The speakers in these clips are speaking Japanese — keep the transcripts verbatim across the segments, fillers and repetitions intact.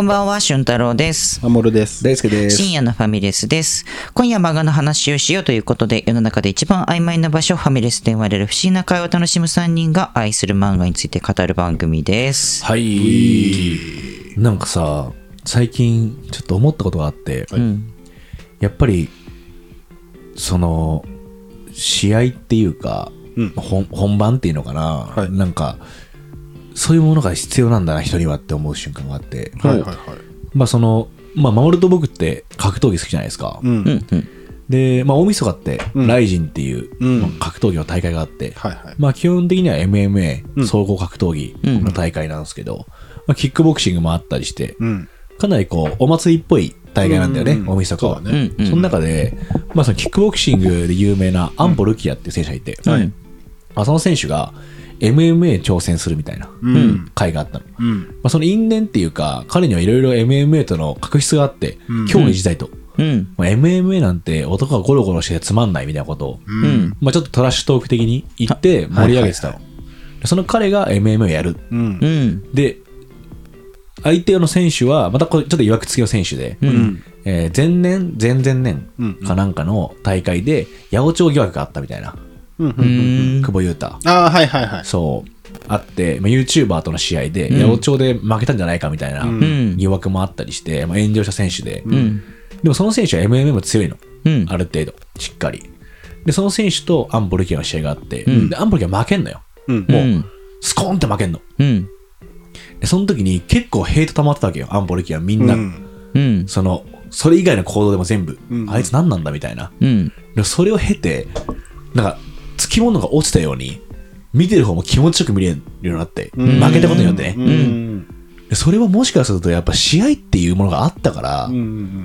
んばんは、俊太郎です。 あもるです。 大輔です。 深夜のファミレスです。今夜漫画の話をしようということで、世の中で一番曖昧な場所、ファミレスで生まれる不思議な会話を楽しむさんにんが愛する漫画について語る番組です。 はい。なんかさ、最近ちょっと思ったことがあって、 うん、 やっぱりその試合っていうか、うん、本, 本番っていうのかな、はい、なんかそういうものが必要なんだな人にはって思う瞬間があって、はいはいはい、まあそのまあ守と僕って格闘技好きじゃないですか、うんうんうん、でまあ大晦日って、うん、ライジンっていう、うんまあ、格闘技の大会があって、はいはい、まあ基本的には エムエムエー、うん、総合格闘技の大会なんですけど、うんまあ、キックボクシングもあったりして、うん、かなりこうお祭りっぽい大会なんだよね、うんうん、大晦日はね、うんうん、その中で、まあ、そのキックボクシングで有名なアンポルキアっていう選手がいて、うんはいまあ、その選手が エムエムエー 挑戦するみたいな会があったの、うんまあ、その因縁っていうか彼にはいろいろ エムエムエー との確執があって、うん、競技自体と、うんまあ、エムエムエー なんて男がゴロゴロしてつまんないみたいなことを、うんまあ、ちょっとトラッシュトーク的に言って盛り上げてたの、はいはいはい、その彼が エムエムエー をやる、うん、で相手の選手はまたこれちょっと曰くつきの選手で、うんえー、前年前々年かなんかの大会で八百長疑惑があったみたいな、うんうんうん、久保優太あはいはいはいそうあって、まあ、YouTuber との試合で八百長で負けたんじゃないかみたいな疑惑もあったりして、まあ、炎上した選手で、うん、でもその選手は エムエムエー も強いの、うん、ある程度しっかりでその選手とアンポルキアの試合があって、うん、でアンポルキア負けんのよ、うん、もうスコーンって負けんの、うんでその時に結構ヘイト溜まってたわけよアンポルキアみんな、うん、そのそれ以外の行動でも全部、うん、あいつ何なんだみたいな、うん、でそれを経てなんかつきものが落ちたように見てる方も気持ちよく見れるようになって、うん、負けたことによってね、うん、でそれはもしかするとやっぱ試合っていうものがあったから、うん、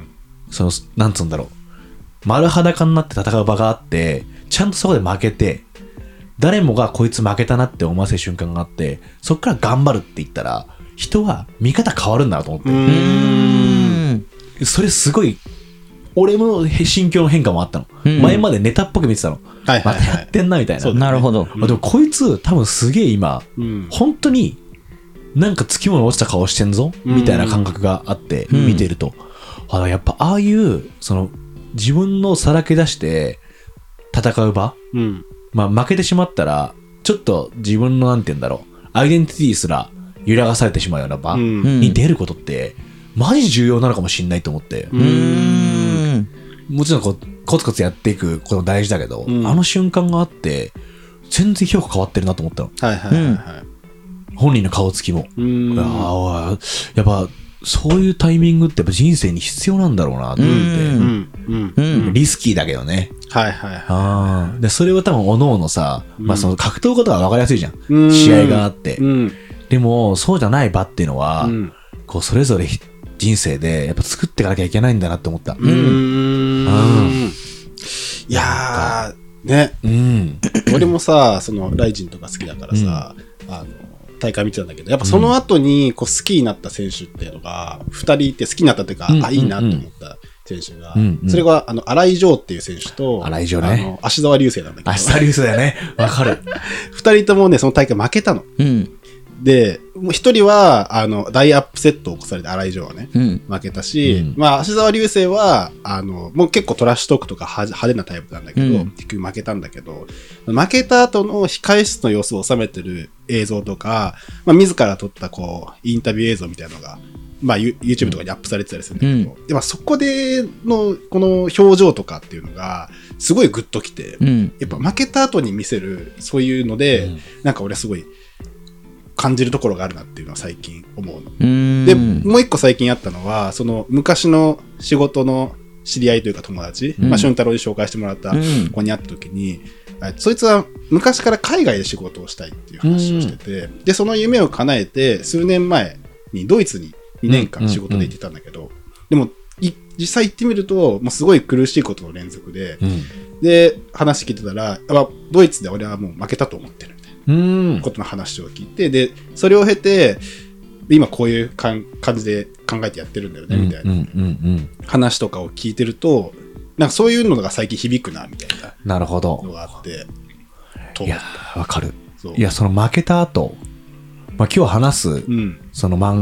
そのなんつうんだろう丸裸になって戦う場があってちゃんとそこで負けて誰もがこいつ負けたなって思わせる瞬間があってそっから頑張るって言ったら人は見方変わるんだなと思ってうーんそれすごい俺も心境の変化もあったの、うん、前までネタっぽく見てたの、はいはいはい、またやってんなみたいな、 なるほど、 うん、でもこいつ多分すげえ今、うん、本当になんかつきもの落ちた顔してんぞ、うん、みたいな感覚があって、うん、見てるとあやっぱああいうその自分のさらけ出して戦う場、うんまあ、負けてしまったらちょっと自分のなんて言うんだろうアイデンティティすら揺らがされてしまうような場に出ることって、うん、マジ重要なのかもしれないと思ってうーんもちろんこうコツコツやっていくことも大事だけど、うん、あの瞬間があって全然評価変わってるなと思ったの、はいはいはいはい、本人の顔つきもうんあやっぱそういうタイミングってやっぱ人生に必要なんだろうなと思って、うんうんうん、リスキーだけどね。はいはいはい。あでそれは多分おのおのさ、うん、まあその格闘家とは分かりやすいじゃん。うん、試合があって、うん。でもそうじゃない場っていうのは、うん、こうそれぞれ人生でやっぱ作っていかなきゃいけないんだなって思った。うん。うんいやーね。うん。俺もさそのライジンとか好きだからさ、うん、あの。大会見てたんだけどやっぱその後にこう好きになった選手っていうのがふたりいて好きになったというか、うんうんうん、あいいなと思った選手が、うんうん、それがあの新井城っていう選手と新井城ねあの芦沢流星なんだけど芦沢流星だよねわかるふたりともねその大会負けたの、うん、でもうひとりはあの大アップセットを起こされて新井城はね、うん、負けたし、うん、まあ芦沢流星はあのもう結構トラッシュトークとか派手なタイプなんだけど、うん、結局負けたんだけど負けた後の控え室の様子を収めてる映像とか、まあ、自ら撮ったこうインタビュー映像みたいなのが、まあ、YouTube とかにアップされてたりするんだけど、うんでまあ、そこでのこの表情とかっていうのがすごいグッときて、うん、やっぱ負けた後に見せるそういうので、うん、なんか俺すごい感じるところがあるなっていうのは最近思うの。うんでもう一個最近あったのはその昔の仕事の知り合いというか友達、うんまあ、俊太郎に紹介してもらった子に会った時に、うん、そいつは昔から海外で仕事をしたいっていう話をしてて、うん、でその夢を叶えて数年前にドイツににねんかん仕事で行ってたんだけど、うんうんうん、でも実際行ってみるともうすごい苦しいことの連続で、うん、で話聞いてたらドイツで俺はもう負けたと思ってるみたいなことの話を聞いてでそれを経て今こういう感じで考えてやってるんだよねみたいな話とかを聞いてるとなんかそういうのが最近響くなみたいなのがあっていやわかるいやその負けた後、まあ、今日話す、うん、その漫画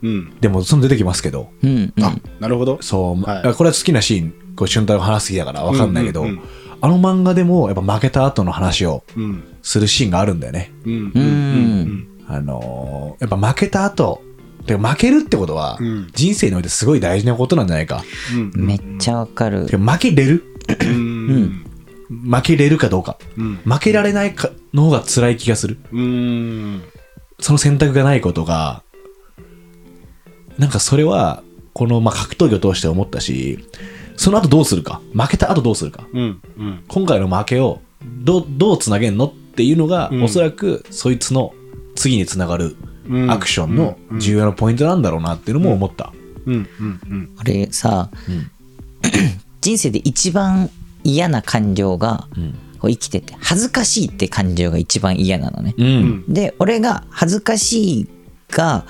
うん、 でもその出てきますけど、 うんうん、 あ、なるほど。 そう、はい、これは好きなシーン、こう俊太郎が話すぎだから分かんないけど、うんうんうん、あの漫画でもやっぱ負けた後の話をするシーンがあるんだよね。うんうんうん、あのー、やっぱ負けた後で負けるってことは、うん、人生においてすごい大事なことなんじゃないか。 うんうん、めっちゃわかる。 負けれる、うん、負けれるかどうか、うん、負けられないかの方が辛い気がする。うん、その選択がないことがなんかそれはこのまあ格闘技を通して思ったし、その後どうするか、負けた後どうするか、うんうん、今回の負けをどうどうつなげんのっていうのが、うん、おそらくそいつの次につながるアクションの重要なポイントなんだろうなっていうのも思った。 俺さ、うん、人生で一番嫌な感情が、うん、こう生きてて恥ずかしいって感情が一番嫌なのね、うん、で俺が恥ずかしいが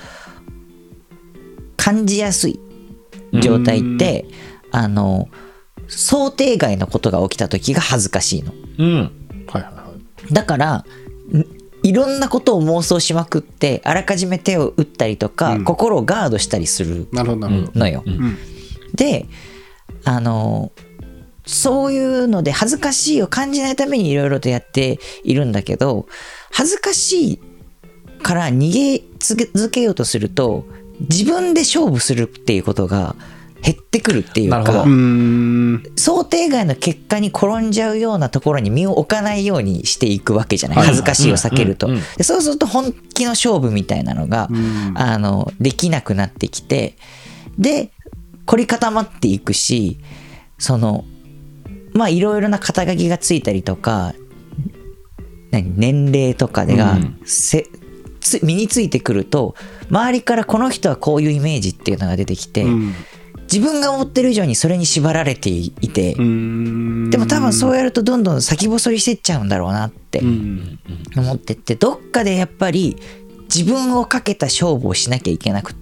感じやすい状態って、うん、あの想定外のことが起きた時が恥ずかしいの、うんはいはいはい、だからいろんなことを妄想しまくってあらかじめ手を打ったりとか、うん、心をガードしたりするのよ、うん、であのそういうので恥ずかしいを感じないためにいろいろとやっているんだけど、恥ずかしいから逃げ続けようとすると自分で勝負するっていうことが減ってくるっていうか、うーん想定外の結果に転んじゃうようなところに身を置かないようにしていくわけじゃない、恥ずかしいを避けると、でそうすると本気の勝負みたいなのがあのできなくなってきて、で凝り固まっていくし、そのまあいろいろな肩書きがついたりとか何年齢とかでがせ、うん、身についてくると周りからこの人はこういうイメージっていうのが出てきて、うん、自分が思ってる以上にそれに縛られていて、でも多分そうやるとどんどん先細りしてっちゃうんだろうなって思ってって、どっかでやっぱり自分をかけた勝負をしなきゃいけなくって、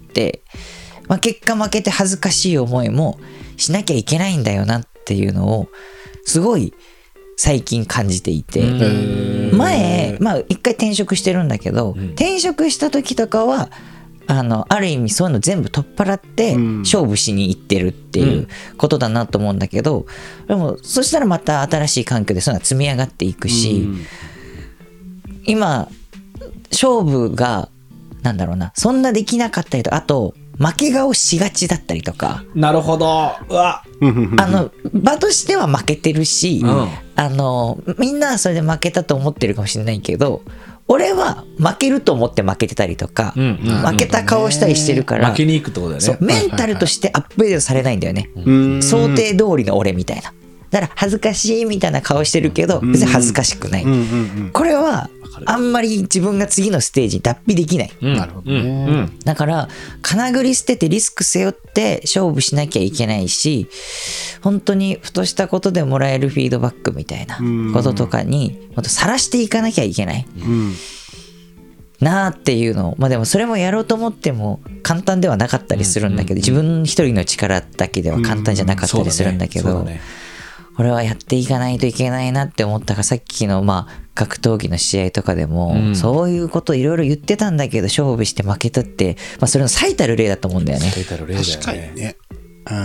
まあ、結果負けて恥ずかしい思いもしなきゃいけないんだよなっていうのをすごい最近感じていて、前まあ一回転職してるんだけど、転職した時とかはあのある意味そういうの全部取っ払って勝負しに行ってるっていうことだなと思うんだけど、でもそしたらまた新しい環境でそういうのが積み上がっていくし、今勝負がなんだろうな、そんなできなかったりと、あと負け顔しがちだったりとか。 なるほど。うわ。 あの場としては負けてるし、うん、あのみんなはそれで負けたと思ってるかもしれないけど、俺は負けると思って負けてたりとか、うんうん、負けた顔したりしてるから、 負けに行くってことだよね。 そう、メンタルとしてアップデートされないんだよね、はいはいはい、想定通りの俺みたいな。だから恥ずかしいみたいな顔してるけど別に恥ずかしくない、うんうんうん、これはあんまり自分が次のステージに脱皮できない、うん、なるほどね。だから金繰り捨ててリスク背負って勝負しなきゃいけないし、本当にふとしたことでもらえるフィードバックみたいなこととかにもっと晒していかなきゃいけない、うん、なあっていうのを、まあでもそれもやろうと思っても簡単ではなかったりするんだけど、自分一人の力だけでは簡単じゃなかったりするんだけど、これはやっていかないといけないなって思ったから、さっきのまあ格闘技の試合とかでも、うん、そういうこといろいろ言ってたんだけど勝負して負けたって、まあ、それの最たる例だと思うんだよね。 最たる例だよね。 確かにね。 うん。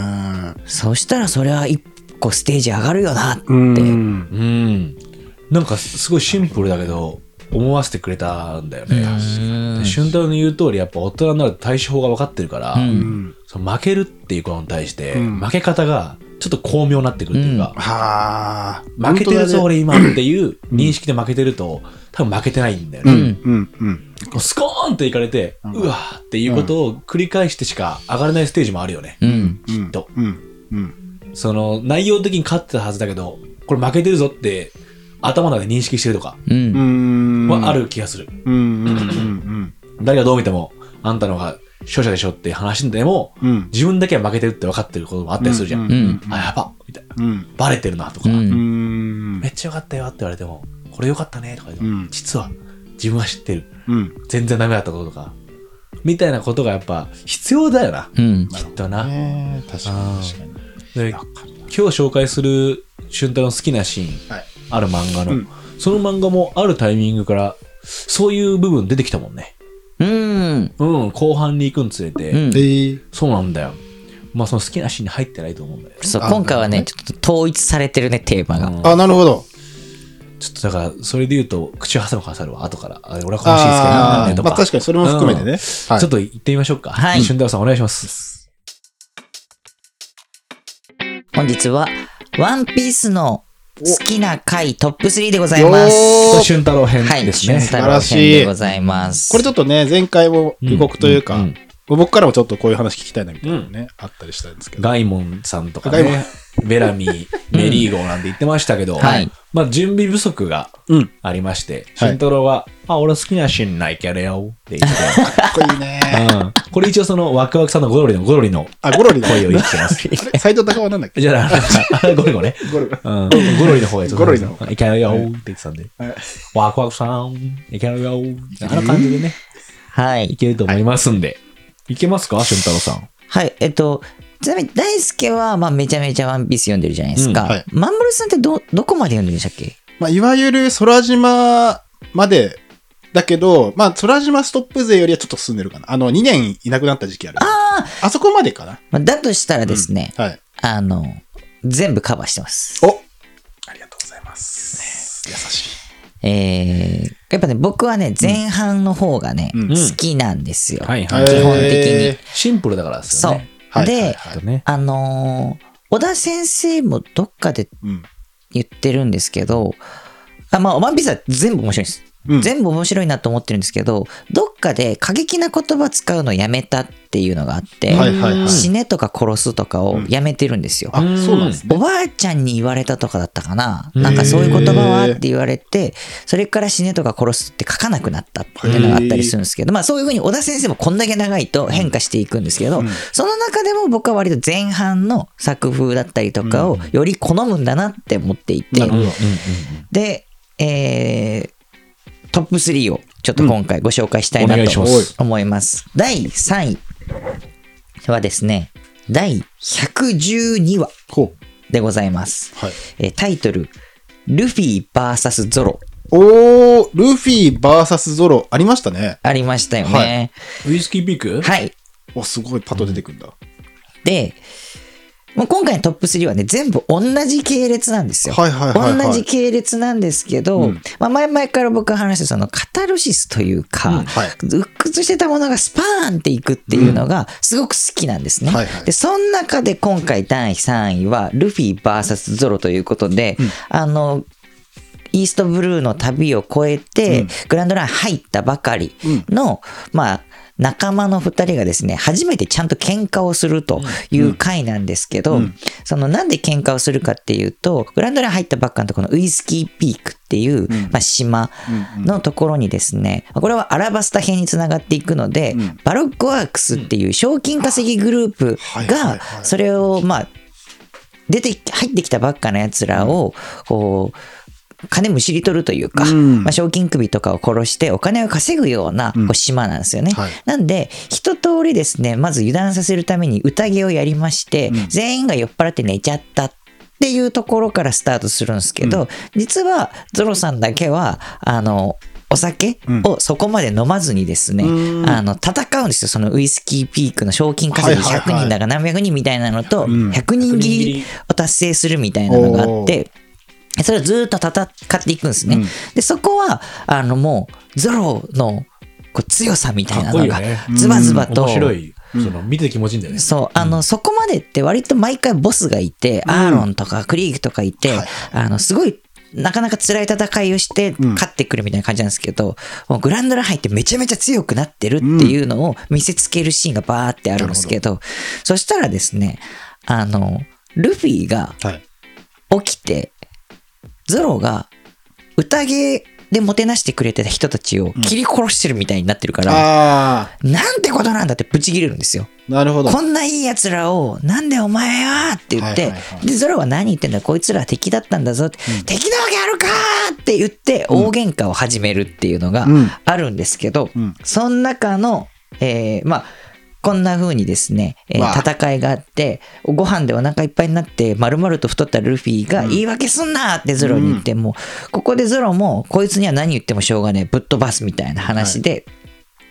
そしたらそれは一個ステージ上がるよなって。うん。 うん、なんかすごいシンプルだけど思わせてくれたんだよね。俊太郎の言う通りやっぱ大人になると対処法が分かってるから、うん、その負けるっていうことに対して、うん、負け方がちょっと巧妙になってくるっていうか、うん、は負けてるぞ、ね、俺今っていう認識で負けてると、多分負けてないんだよね、うんうんうん、スコーンっていかれて、うん、うわーっていうことを繰り返してしか上がれないステージもあるよね、うん、きっと、うんうん、その内容的に勝ってたはずだけどこれ負けてるぞって頭の中で認識してるとかはある気がする、うんうんうんうん、誰がどう見てもあんたの方が勝者でしょって話でも、うん、自分だけは負けてるって分かってることもあったりするじゃん、うんうんうん、あやばみたいな、うん、バレてるなとか、うん、めっちゃよかったよって言われてもこれよかったねとか言っても、うん、実は自分は知ってる、うん、全然ダメだったこととかみたいなことがやっぱ必要だよな、うん、きっとな、ね、確かに確かに。で今日紹介する俊太郎の好きなシーン、はい、ある漫画の、うん、その漫画もあるタイミングからそういう部分出てきたもんね。うんん、うん、後半に行くにつれて、うん、そうなんだよ。まあその好きなシーンに入ってないと思うんだよ。 そう、今回はね、ちょっと統一されてるね、テーマが。 うん、あ、なるほど。 ちょっとだから、それで言うと、口を挟む挟むは後から、あれ俺はこのシーン好きなんだねとか。 まあ確かにそれも含めてね。うんはい、 ちょっと行ってみましょうか。はい。俊太郎さんお願いします。 本日は、ワンピースの好きな回トップスリーでございます。 俊太郎編ですね。 はい、俊太郎編でございます。 これちょっとね、前回も予告というか、うんうんうん僕からもちょっとこういう話聞きたいなみたいなね、うん、あったりしたんですけど。 ガイモンさんとかね、ベラミー、メリーゴーなんて言ってましたけど、うんはい、まあ準備不足がありまして、俊、うん、太郎は、あ、俺好きなシーンないキャラよって言って。 かっこいいね、 うん。これ一応そのワクワクさんのゴロリのゴロリの声を言ってます。 斎藤隆夫なんだっけじゃあ、ゴリゴね。ゴリゴ、うん、ゴロリの方やつ。 ゴロリの方。 いけるよって言ってたんで。はい、ワクワクさん、いけるよ。あの感じでね。 はい。 いけると思いますんで。いけますか俊太郎さん。 はい。えっと、ちなみに大輔は、まあ、めちゃめちゃワンピース読んでるじゃないですか。うんはい、マンブルさんってど、どこまで読んでるんでしたっけ？ まあ、いわゆる空島まで、だけど、まあ、空島ストップ勢よりはちょっと進んでるかな。あの、にねんいなくなった時期ある。 あああそこまでかな。 まあ、だとしたらですね、 うん、はい。 あの、全部カバーしてます。 おありがとうございます。優しい。 えー、やっぱね、僕はね、前半の方がね、うん、好きなんですよ。 はいはい、 基本的に。 シンプルだからですよね。 そう。で、はいはいはい、あのー、小田先生もどっかで言ってるんですけど、あまあ、ワンピースは全部面白いです。うん、全部面白いなと思ってるんですけど、どっかで過激な言葉使うのやめたっていうのがあって、はいはいはい、死ねとか殺すとかをやめてるんですよ。 うん、あ、そうなんですね。 おばあちゃんに言われたとかだったかな。なんかそういう言葉はって言われて、それから死ねとか殺すって書かなくなったっていうのがあったりするんですけど、まあそういうふうに小田先生もこんだけ長いと変化していくんですけど、うん、その中でも僕は割と前半の作風だったりとかをより好むんだなって思っていて、うん、で、えー、トップスリーをちょっと今回ご紹介したいなと思います。うん、だいさんいはですね、だいひゃくじゅうにわでございます。はい、えタイトル、ルフィ ブイエス ゾロ。 おー、ルフィ ブイエス ゾロありましたね。 ありましたよね。 はい、ウイスキーピーク？ はい。 お、すごいパッと出てくるんだ。うん、 で、もう今回のトップスリーはね、全部同じ系列なんですよ。はいはいはいはい、同じ系列なんですけど、うん、まあ前々から僕が話したそのカタルシスというか、うんはい、鬱屈してたものがスパーンっていくっていうのがすごく好きなんですね。うんはいはい、で、その中で今回だいさんいはルフィ ブイエス ゾロということで、うん、あの、イーストブルーの旅を越えて、うん、グランドライン入ったばかりの、うん、まあ、仲間の二人がですね、初めてちゃんと喧嘩をするという回なんですけど、うん、そのなんで喧嘩をするかっていうと、グランドライン入ったばっかのところのウイスキーピークっていう、うんまあ、島のところにですね、これはアラバスタ編につながっていくので、うん、バロックワークスっていう賞金稼ぎグループが、それをまあ、出て、入ってきたばっかの奴らを、こう、金むしり取るというか、うんまあ、賞金首とかを殺してお金を稼ぐようなこう島なんですよね、うんはい、なんで一通りですね、まず油断させるために宴をやりまして、うん、全員が酔っ払って寝ちゃったっていうところからスタートするんですけど、うん、実はゾロさんだけはあのお酒をそこまで飲まずにですね、うん、あの戦うんですよ。そのウイスキーピークの賞金稼ぎひゃくにんだか何百人みたいなのとひゃくにん切りを達成するみたいなのがあって、それをずっと戦っていくんですね。うん、で、そこは、あのもう、ゾロのこう強さみたいなのが、ズバズバと。 面白い。その見てて気持ちいいんだよね。 そう。あの、うん、そこまでって割と毎回ボスがいて、うん、アーロンとかクリークとかいて、はい、あの、すごい、なかなか辛い戦いをして勝ってくるみたいな感じなんですけど、うん、もうグランドライン入ってめちゃめちゃ強くなってるっていうのを見せつけるシーンがバーってあるんですけど、うん、そしたらですね、あの、ルフィが起きて、はいゾロが宴でもてなしてくれてた人たちを切り殺してるみたいになってるから、うん、なんてことなんだってブチ切れるんですよ。 なるほど。 こんないい奴らをなんでお前はって言って、はいはいはい、でゾロは何言ってんだこいつらは敵だったんだぞって、うん、敵なわけあるかって言って大喧嘩を始めるっていうのがあるんですけど、うんうん、その中の、えー、まあこんな風にですね、えー、戦いがあって、ご飯でお腹いっぱいになって、丸々と太ったルフィが言い訳すんなってゾロに言っても、うん、ここでゾロもこいつには何言ってもしょうがねえ、ぶっ飛ばすみたいな話で、は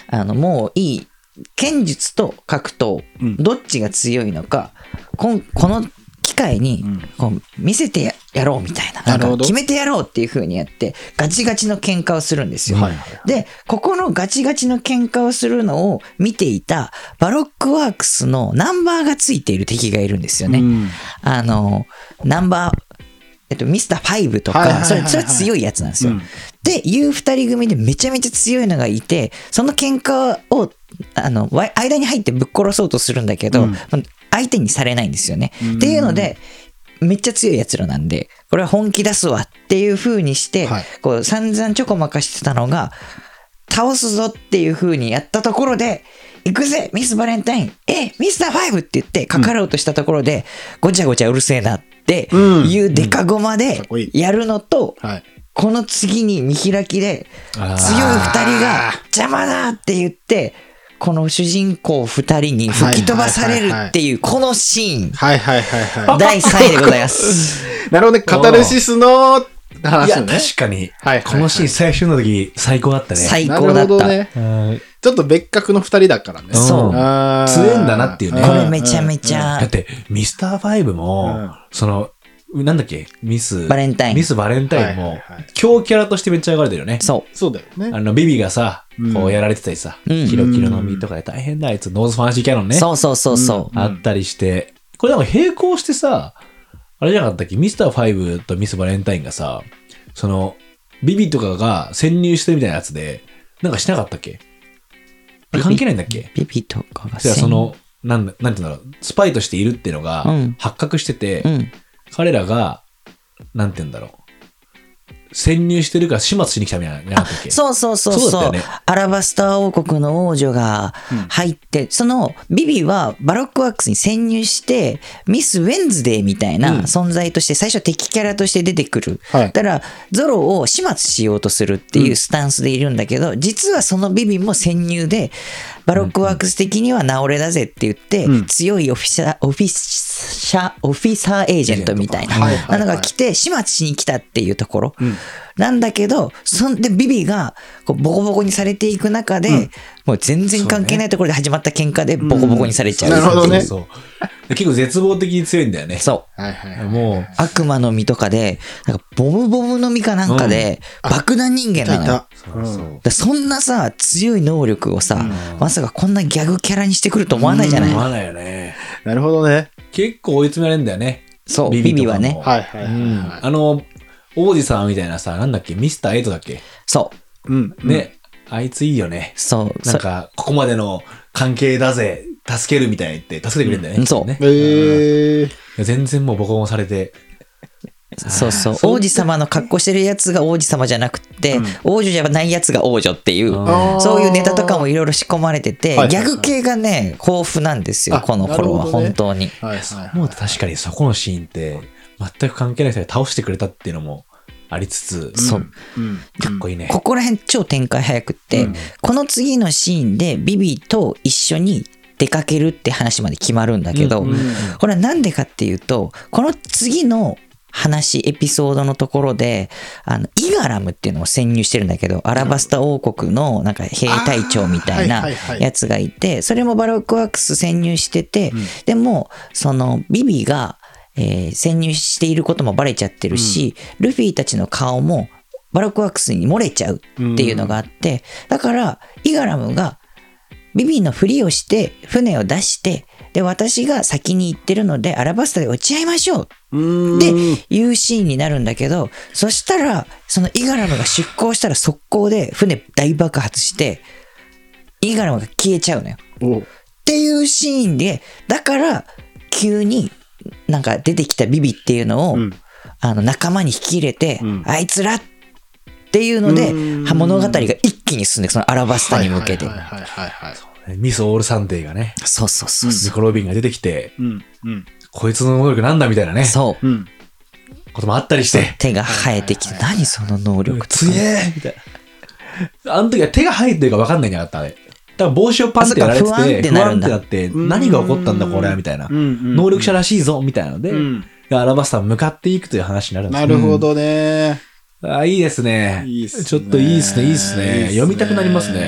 あのもういい剣術と格闘、うん、どっちが強いのかここの機会にこう見せて や, やろうみたいな、なんか決めてやろうっていう風にやってガチガチの喧嘩をするんですよ、はいはいはい、でここのガチガチの喧嘩をするのを見ていたバロックワークスのナンバーがついている敵がいるんですよね、うん、あのナンバーえっと、ミスターファイブとか、はいはいはいはい、それ、それは強いやつなんですよ。うん、で、いう二人組でめちゃめちゃ強いのがいて、その喧嘩を、あの、間に入ってぶっ殺そうとするんだけど、うん、相手にされないんですよね。うん、っていうので、めっちゃ強いやつらなんで、これは本気出すわっていう風にして、はい、こう、散々ちょこまかしてたのが、倒すぞっていう風にやったところで、行くぜミスバレンタインえミスターファイブって言ってかかろうとしたところで、うん、ごちゃごちゃうるせえなっていうデカゴマでやるのと、うんうんはい、この次に見開きで強いふたりが邪魔だって言ってこの主人公ふたりに吹き飛ばされるっていうこのシーンだいさんいでございますなるほどねカタルシスの話ね、 いや確かに、はいはいはい、このシーン最初の時最高だったね最高だった、ね、 ちょっと別格のふたりだからねそう強えんだなっていうねこれめちゃめちゃだってミスターファイブも、うん、そのなんだっけミスバレンタインミスバレンタインも、はいはいはい、強キャラとしてめっちゃ描かれてるよねそうそうだよねあのビビがさこうやられてたりさ、うん、キロキロの実とかで大変だあいつノーズファンシーキャノンねそうそうそうそう、 うん、あったりしてこれなんか並行してさあれじゃなかったっけミスターファイブとミスバレンタインがさそのビビとかが潜入してるみたいなやつでなんかしなかったっけ関係ないんだっけビビとかがそのなんなんていうんだろうスパイとしているっていうのが発覚してて、うん、彼らがなんていうんだろう潜入してるから始末しに来たみたいな。 そうそうそうそう。そう、ね、アラバスター王国の王女が入って、うん、そのビビはバロックワークスに潜入してミス・ウェンズデーみたいな存在として最初敵キャラとして出てくる。はい、だからゾロを始末しようとするっていうスタンスでいるんだけど、うん、実はそのビビも潜入でバロックワークス的にはナオレだぜって言って、うん、強いオフィサー、オフィシャ、オフィサーエージェントみたいなのが来て始末しに来たっていうところ。うんなんだけど、そんでビビがこうボコボコにされていく中で、うん、もう全然関係ないところで始まった喧嘩でボコボコにされちゃう。 うん、なるほどね。 そう結構絶望的に強いんだよね。 そう。はいはいはい、もう悪魔の実とかで、なんかボムボムの実かなんかで、うん、爆弾人間なのよ。そうそうだそんなさ強い能力をさ、うん、まさかこんなギャグキャラにしてくると思わないじゃない。 思わないよね。 なるほどね。 結構追い詰められるんだよね。 そうビビ, ビビはね。 はいはいはい、はいうん、 あの王子さんみたいなさ、なんだっけ、ミスターエイトだっけ。 そう。 うん。ね、うん、あいついいよね。 そう。 なんか、ここまでの関係だぜ、助けるみたいに言って、助けてくれるんだよね。 うん、そう。 ね、 えー、 全然もうボコボコされて。 そうそう。王子様の格好してるやつが王子様じゃなくて、うん、王女じゃないやつが王女っていう、そういうネタとかもいろいろ仕込まれてて、ギャグ系がね、豊富なんですよ、この頃は、本当に。 はいはい、もう確かにそこのシーンって、全く関係ない人で倒してくれたっていうのもありつつ、 そう、 うん、かっこいいね。 ここら辺超展開早くって、うん、この次のシーンでビビと一緒に出かけるって話まで決まるんだけど、うんうんうん、これはなんでかっていうと、この次の話エピソードのところであのイガラムっていうのを潜入してるんだけど、アラバスタ王国のなんか兵隊長みたいなやつがいて、それもバロックワークス潜入してて、でもそのビビがえー、潜入していることもバレちゃってるし、うん、ルフィたちの顔もバロックワークスに漏れちゃうっていうのがあって、だからイガラムがビビのふりをして船を出して、で私が先に行ってるのでアラバスタで落ち合いましょうっていうシーンになるんだけど、そしたらそのイガラムが出港したら速攻で船大爆発してイガラムが消えちゃうのよっていうシーンで、だから急になんか出てきたビビっていうのを、うん、あの仲間に引き入れて、うん、あいつらっていうので物語が一気に進んで、そのアラバスタに向けてミス・オール・サンデーがね、 そうそうそうニコ・ロビンが出てきて、うんうん、こいつの能力なんだみたいなね、 そう、うん、 こともあったりして、 手が生えてきて、何その能力とか、 強えみたいな。あの時は手が生えてるか分かんないんじゃなかったあれ。だから帽子をパンってやられてて、不安ってなって、何が起こったんだこれみたいな、能力者らしいぞみたいなので、アラバスタに向かっていくという話になるんですね。なるほどね。 あ、いいですね。いいっすね。ちょっといいですね、いいですね。読みたくなりますね。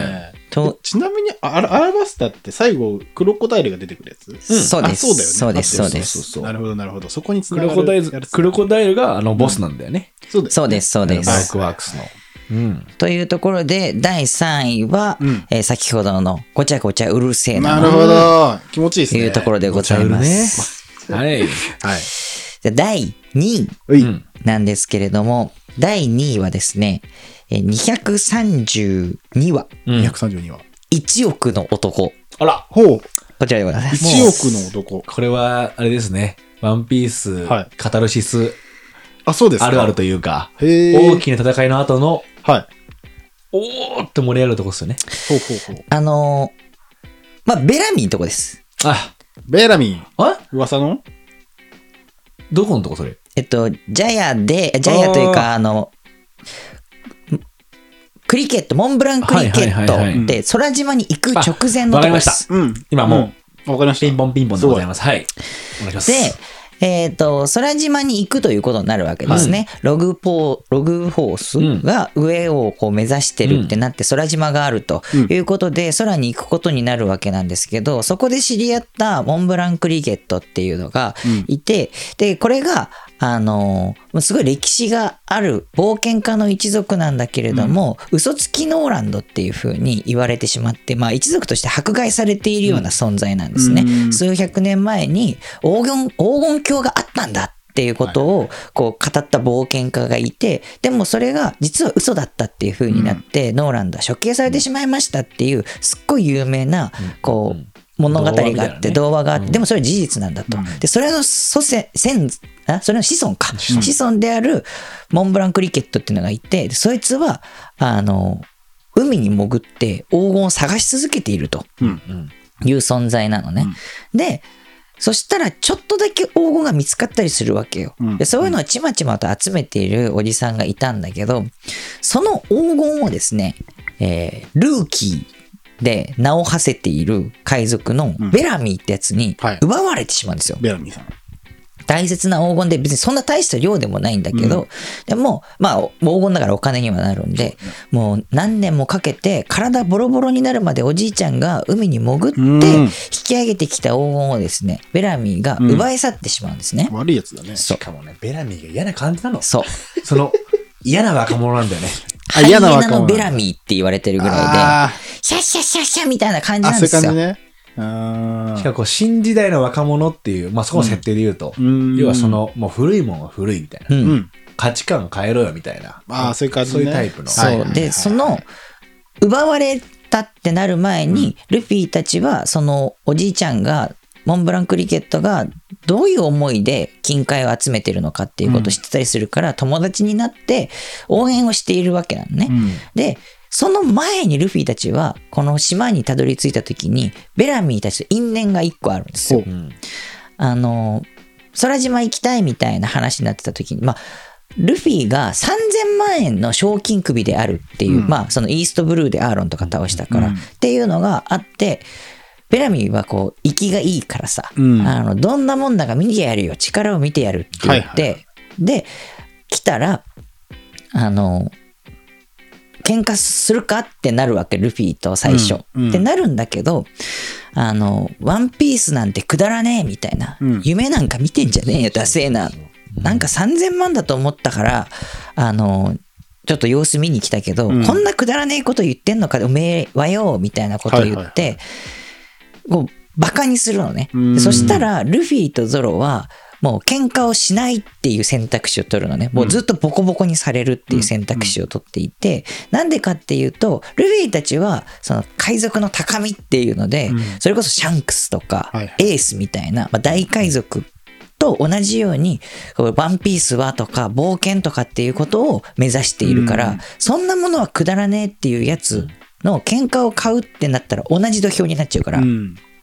とちなみにアラ、アラバスタって最後、クロコダイルが出てくるやつ、うん、 そうです。 そうだよね。 そうです、そうです。 なるほど、なるほど。そこにつながるクロコダイル、クロコダイルがあのボスなんだよね。 うん、そうです、そうです。 バークワークスの。うん、 というところで、だいさんいは、うんえー、先ほどのごちゃごちゃうるせえな。 なるほど。気持ちいいですね。 というところでございます。 ね、はい。はい。 でだいにいなんですけれども、だいにいはですね、にひゃくさんじゅうにわ。 うん、にひゃくさんじゅうにわ。 いちおくの男。 あら、ほう。 こちらでございます。 いちおくの男。 これは、あれですね。ワンピース、はい、カタルシス。 あ、そうですか。 あるあるというか、 へ大きな戦いの後の、 はい。 おーって盛り上がるとこですよね。 ほうほうほう。 あのー、まあ、ベラミーのとこです。 あ、ベラミー。 あ噂のどこのとこそれ？ えっと、ジャヤで、ジャヤというか、あの、クリケット、モンブランクリケットで空島に行く直前のところです。 わかりました。今もう、わかりました。 ピンポンピンポンでございます。はい。お願いします。 で、えっと、空島に行くということになるわけですね。はい、ログポー、ログフォースが上をこう目指してるってなって空島があるということで空に行くことになるわけなんですけど、そこで知り合ったモンブランクリケットっていうのがいて、で、これが、あのー、すごい歴史がある冒険家の一族なんだけれども、うん、嘘つきノーランドっていう風に言われてしまって、まあ一族として迫害されているような存在なんですね。うん、数百年前に黄金、黄金鏡があったんだっていうことをこう語った冒険家がいて、でもそれが実は嘘だったっていう風になって、うん、ノーランドは処刑されてしまいましたっていうすっごい有名な、こう、物語があって、童話があって、でもそれは事実なんだと。で、それの祖先、先、あ、それの子孫か。子孫であるモンブランクリケットっていうのがいて、でそいつは、あの、海に潜って黄金を探し続けているという存在なのね。で、そしたらちょっとだけ黄金が見つかったりするわけよ。でそういうのをちまちまと集めているおじさんがいたんだけど、その黄金をですね、えー、ルーキー、で名を馳せている海賊のベラミーってやつに奪われてしまうんですよ。 ベラミーさん。 大切な黄金で別にそんな大した量でもないんだけど、うん、でもまあ黄金だからお金にはなるんで、もう何年もかけて体ボロボロになるまでおじいちゃんが海に潜って引き上げてきた黄金をですね、ベラミーが奪い去ってしまうんですね。 うん、悪いやつだね。 しかもね、ベラミーが嫌な感じなの。 そう。 その嫌な若者なんだよね。 ハイエナのベラミーって言われてるぐらいで、シャッシャッシャッシャッみたいな感じなんですよ。 あ、そういう感じね。あしかもこう新時代の若者っていう、まあそこの設定で言うと、うん、要はそのもう古いもんは古いみたいな、うん、価値観変えろよみたいな、 ああそういう感じ、ね、 そういうタイプの。 そう、はいはいはいはい、でその奪われたってなる前に、うん、ルフィたちはそのおじいちゃんがモンブランクリケットがどういう思いで金塊を集めてるのかっていうことを知ってたりするから、うん、友達になって応援をしているわけなのね、うん、でその前にルフィたちはこの島にたどり着いた時にベラミーたちと因縁が一個あるんですよ、うん、あの空島行きたいみたいな話になってた時に、まあルフィがさんぜんまんえんの賞金首であるっていう、うん、まあそのイーストブルーでアーロンとか倒したから、うん、っていうのがあってベラミーはこう息がいいからさ、うん、あのどんなもんだか見てやるよ、力を見てやるって言って、はいはい、で来たらあの喧嘩するかってなるわけ、ルフィと最初、うんうん、ってなるんだけど、あのワンピースなんてくだらねえみたいな、うん、夢なんか見てんじゃねえよダセえな、うん、なんかさんぜんまんだと思ったからあのちょっと様子見に来たけど、うん、こんなくだらねえこと言ってんのかおめえはよみたいなこと言って、はいはいはい、こうバカにするのね。でそしたらルフィとゾロはもう喧嘩をしないっていう選択肢を取るのね。もうずっとボコボコにされるっていう選択肢を取っていて、なんでかっていうとルフィたちはその海賊の高みっていうので、それこそシャンクスとかエースみたいな大海賊と同じようにワンピースはとか冒険とかっていうことを目指しているから、そんなものはくだらねえっていうやつの喧嘩を買うってなったら同じ土俵になっちゃうから、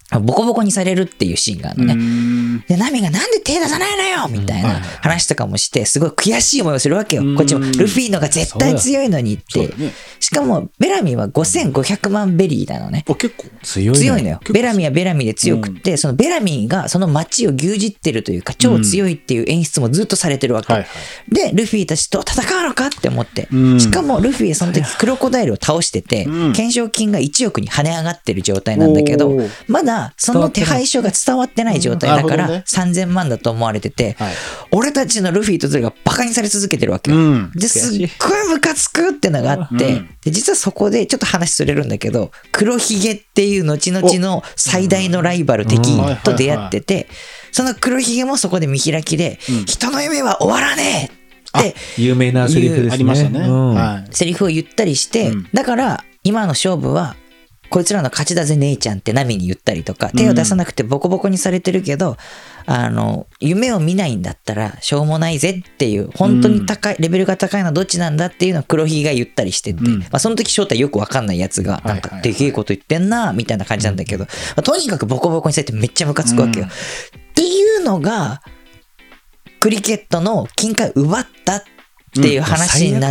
ボコボコにされるっていうシーンがあるのね。で、ナミがなんで手出さないのよみたいな話とかもして、すごい悔しい思いをするわけよ。こっちもルフィのが絶対強いのにって。しかも、ベラミーはごせんごひゃくまんベリーなのね。 結構強い強いのよ。ベラミーはベラミーで強くて、そのベラミーがその街を牛耳ってるというか、超強いっていう演出もずっとされてるわけ。で、ルフィたちと戦うのかって思って。しかも、ルフィはその時クロコダイルを倒してて、懸賞金がいちおくに跳ね上がってる状態なんだけど、まだその手配書が伝わってない状態だからさんぜんまんだと思われてて、俺たちのルフィとゾロがバカにされ続けてるわけよ。ですっごいムカつくってのがあって、で実はそこでちょっと話それるんだけど、黒ひげっていう後々の最大のライバル敵と出会ってて、その黒ひげもそこで見開きで、人の夢は終わらねえって有名なセリフですね。 ありましたね。 セリフを言ったりして、だから今の勝負はこいつらの勝ちだぜ姉ちゃんってナミに言ったりとか、手を出さなくてボコボコにされてるけど、うん、あの夢を見ないんだったらしょうもないぜっていう、本当に高い、レベルが高いのはどっちなんだっていうのを黒ひげが言ったりしてて、うん、まあ、その時正体よくわかんないやつがなんかでけえこと言ってんなみたいな感じなんだけど、まあ、とにかくボコボコにされてめっちゃムカつくわけよ、うん、っていうのがクリケットの金塊を奪ったっていう話になって、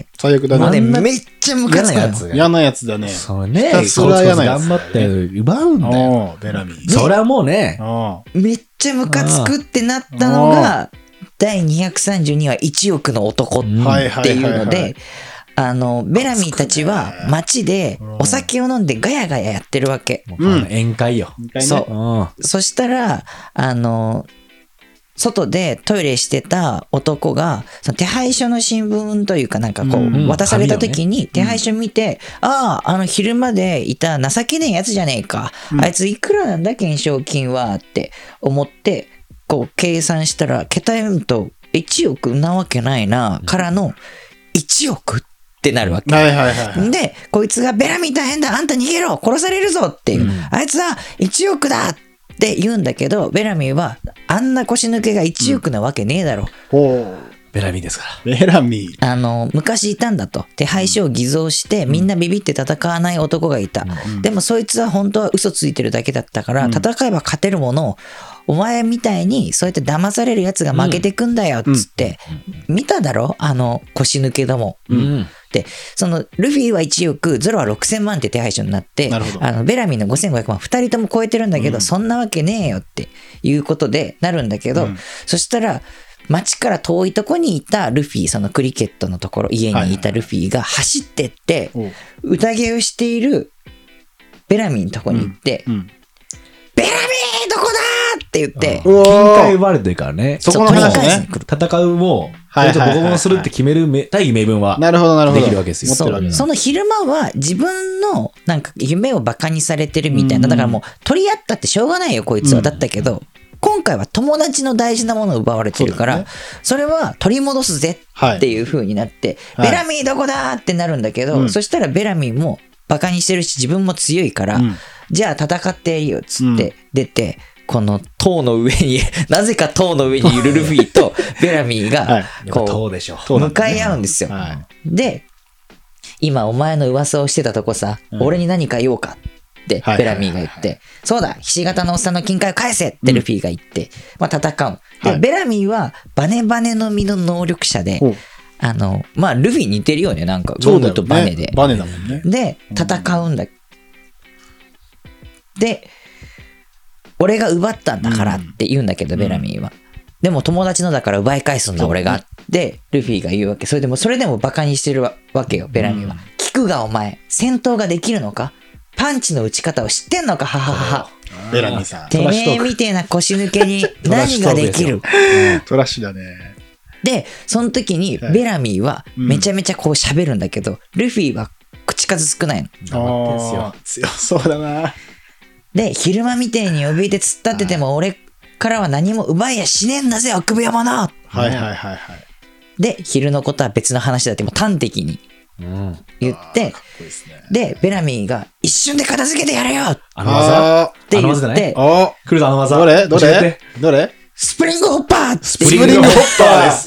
最悪だね。 もうね、めっちゃムカつくの。 嫌なやつだね。 そうね。 それは嫌なやつ。 頑張って奪うんだよ。 ベラミー。 それはもうね。 めっちゃムカつくってなったのが、だいにひゃくさんじゅうにはいちおくの男っていうので、あの、ベラミーたちは街でお酒を飲んでガヤガヤやってるわけ。 うん、宴会よ。 そう。そしたら、あの、外でトイレしてた男が、その手配書の新聞というかなんかこう、渡された時に手配書見て、ああ、あの昼までいた情けねえやつじゃねえか。あいついくらなんだ懸賞金はって思って、こう計算したら、桁読むといちおくなわけないな、からのいちおくってなるわけ。 はいはいはい。 で、こいつがベラミー大変だ、あんた逃げろ、殺されるぞっていう。あいつはいちおくだって言うんだけど、ベラミーはあんな腰抜けがいちおくなわけねえだろ。 ほう。ベラミーですから。 ベラミー。 あの、昔いたんだと。手配書を偽造して、みんなビビって戦わない男がいた。うん、でもそいつは本当は嘘ついてるだけだったから、うん、戦えば勝てるものを、お前みたいにそうやって騙されるやつが負けてくんだよ、つって。うん、見ただろあの、腰抜けども。うん、で、その、ルフィはいちおく、ゾロはろくせんまんって手配書になって、あの、ベラミーのごせんごひゃくまん、二人とも超えてるんだけど、うん、そんなわけねえよっていうことでなるんだけど、うん、そしたら、街から遠いとこにいたルフィ、そのクリケットのところ、家にいたルフィが走ってって、宴をしているベラミーのとこに行って、うんうん、ベラミーどこだって言って、 金塊奪われてるからね。 そこの話ね。 戦うも、これとボコボコするって決める大義名分は、 なるほどなるほど。 できるわけですよ。 そう。その昼間は自分のなんか夢をバカにされてるみたいな。だからもう取り合ったってしょうがないよ、こいつは。だったけど、今回は友達の大事なものを奪われてるから、 そ,、ね、それは取り戻すぜっていう風になって、はい、ベラミーどこだってなるんだけど、はい、そしたらベラミーもバカにしてるし自分も強いから、うん、じゃあ戦っていいよっつって出て、うん、この塔の上になぜか塔の上にいるルフィとベラミーがこう向かい合うんですよ、はい、で今お前の噂をしてたとこさ、うん、俺に何か言おうかってベラミーが言って、そうだ、ひし形のおっさんの金塊を返せってルフィが言って、うん、まあ戦う。で、はい、ベラミーはバネバネの実の能力者で、あの、まあルフィ似てるよね、なんか、ゴムとバネで。 バネだもんね。 で、戦うんだ。うん、で、俺が奪ったんだからって言うんだけど、うん、ベラミーは。でも友達のだから奪い返すんだ、俺が。で、ルフィが言うわけ。それでも、それでもバカにしてるわけよ、ベラミーは。うん、聞くがお前、戦闘ができるのか？パンチの打ち方を知ってんのか、ははは。 ベラミーさん。 てめえみてえな腰抜けに何ができる？ トラッシュだね。 で、その時にベラミーはめちゃめちゃこう喋るんだけど、うん、ルフィは口数少ないの。 ああ、強そうだな。 で、昼間みてえに怯えて突っ立ってても俺からは何も奪いやしねえんだぜ、臆病者。はいはいはいはい。 で、昼のことは別の話だってもう端的に。うん、言って、で, でベラミーが一瞬で片付けてやれよあの技って言って、 あ来るぞあの技、 どれどれどれスプリングホッパースプリングホッパーです。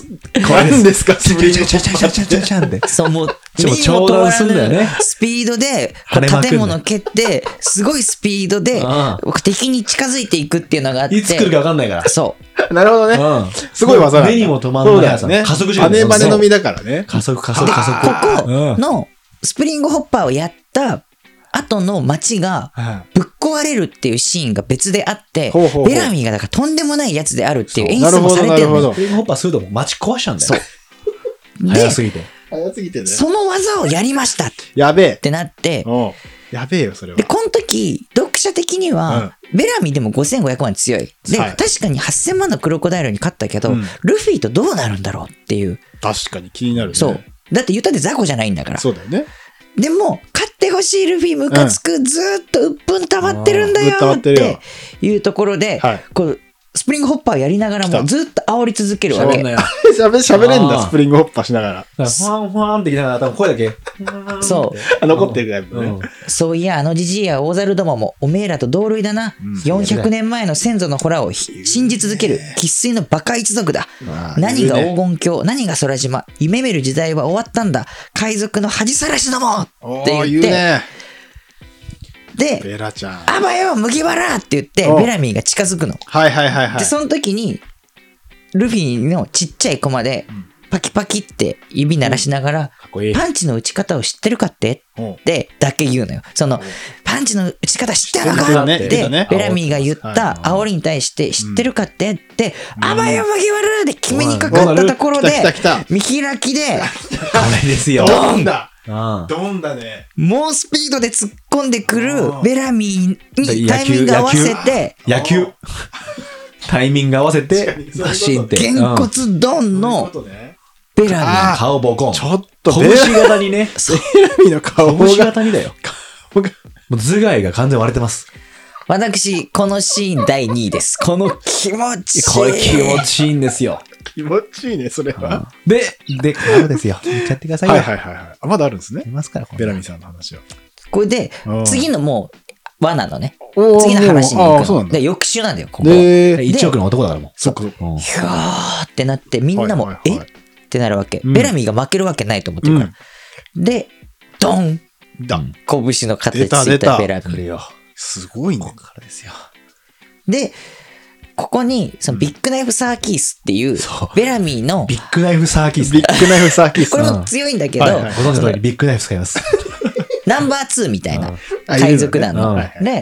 何ですかスプリングホチャチャチャチャチャチャって。 そう、もう、 ちょっと長弾すんだよね。 スピードで、建物蹴って、すごいスピードで、敵に近づいていくっていうのがあって。 いつ来るか分かんないから。 そう。 なるほどね。うん。すごい技なんだ。 目にも止まんない速さ。ね。加速してる。 バネバネのみだからね。 加速加速加速。 ここのスプリングホッパーをやった後の街がぶっ壊れるっていうシーンが別であって、ベラミーがだからとんでもないやつであるっていう演出もされてるの。 スプリングホッパーするともう街壊しちゃうんだよ。 そう。 早すぎて。 早すぎてね。 その技をやりました。 やべえ。 ってなって、 やべえよ、それは。 で、この時、読者的には、うん、ベラミーでもごせんごひゃくまん強い。で、はい、確かにはっせんまんのクロコダイルに勝ったけど、うん、ルフィとどうなるんだろうっていう。 確かに気になるね。 そう。だって言ったって雑魚じゃないんだから。 そうだよね。 でも、勝ってほしいルフィムカつく、うん、ずーっとうっぷん溜まってるんだよっていうところで、はい、こう、スプリングホッパーやりながらもずっと煽り続けるわけ。 喋れんだ、スプリングホッパーしながら。 ファンファンって言いながら、多分声だけ。 そう。 残ってるタイプね。 そういや、あのジジイや大猿どもも、おめえらと同類だな。よんひゃくねんまえの先祖のホラーを信じ続ける、生粋のバカ一族だ。何が黄金鏡、何が空島、夢見る時代は終わったんだ。海賊の恥さらしどもって言って、で、 ベラちゃん。 あばよ、麦わらって言って、ベラミーが近づくの。 はいはいはいはい。 で、その時に、ルフィのちっちゃいコマで、パキパキって指鳴らしながら、うん、パンチの打ち方を知ってるかってってだけ言うのよ。その、パンチの打ち方知ってるのかって、ね、ベラミーが言った煽りに対して知ってるかってって、うん、あばよ麦わらで決めにかかったところで、見開きで、 これですよ。 ドンだドンだね。 猛スピードで突っ込んでくるベラミーにタイミング合わせて、 野球。タイミング合わせて、バシンって。 げんこつドンのベラミー。 顔ボコン。 ちょっと拳型にね。 ベラミーの顔が。 拳型にだよ。もう頭蓋が完全に割れてます。 私、このシーンだいにいです。この気持ちいい。 これ気持ちいいんですよ。 気持ちいいね、それは。 で、で、これですよ。言っちゃってくださいよ。 はいはいはいはい。あ、まだあるんですね。 いますから、 ベラミーさんの話は。 これで、次のもう、罠のね。次の話に行くの。で、翌週なんだよ、ここ。 で、いちおくの男だからもう。 そっかそっか。 ひゃーってなって、みんなも、えってなるわけ。ベラミーが負けるわけないと思ってるから。で、ドン拳の形ついたベラミー。 すごいね。 ここからですよ。 で、ここに、そのビッグナイフサーキースっていう、ベラミーの、 ビッグナイフサーキース。 ビッグナイフサーキース。 これも強いんだけど、 ご存知の通りビッグナイフ使います。 ナンバーツーみたいな海賊団の。で、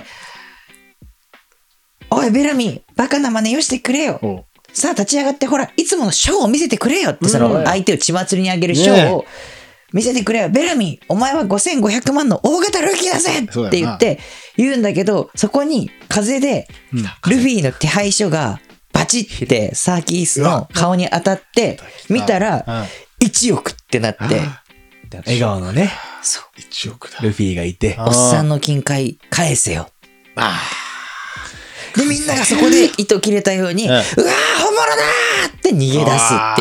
おいベラミー、バカな真似をしてくれよ。さあ立ち上がってほら、いつものショーを見せてくれよって、その相手を血祭りにあげるショーを見せてくれよ。ベラミー、お前はごせんごひゃくまんの大型ルーキーだぜって言って、言うんだけど、そこに風でルフィの手配書がバチってサーキースの顔に当たって、見たらいちおくってなって、 笑顔のね、 そういちおくだ。 ルフィがいて、 おっさんの金塊返せよ。あで、みんながそこで糸切れたように、うわー本物だーって逃げ出すっていう。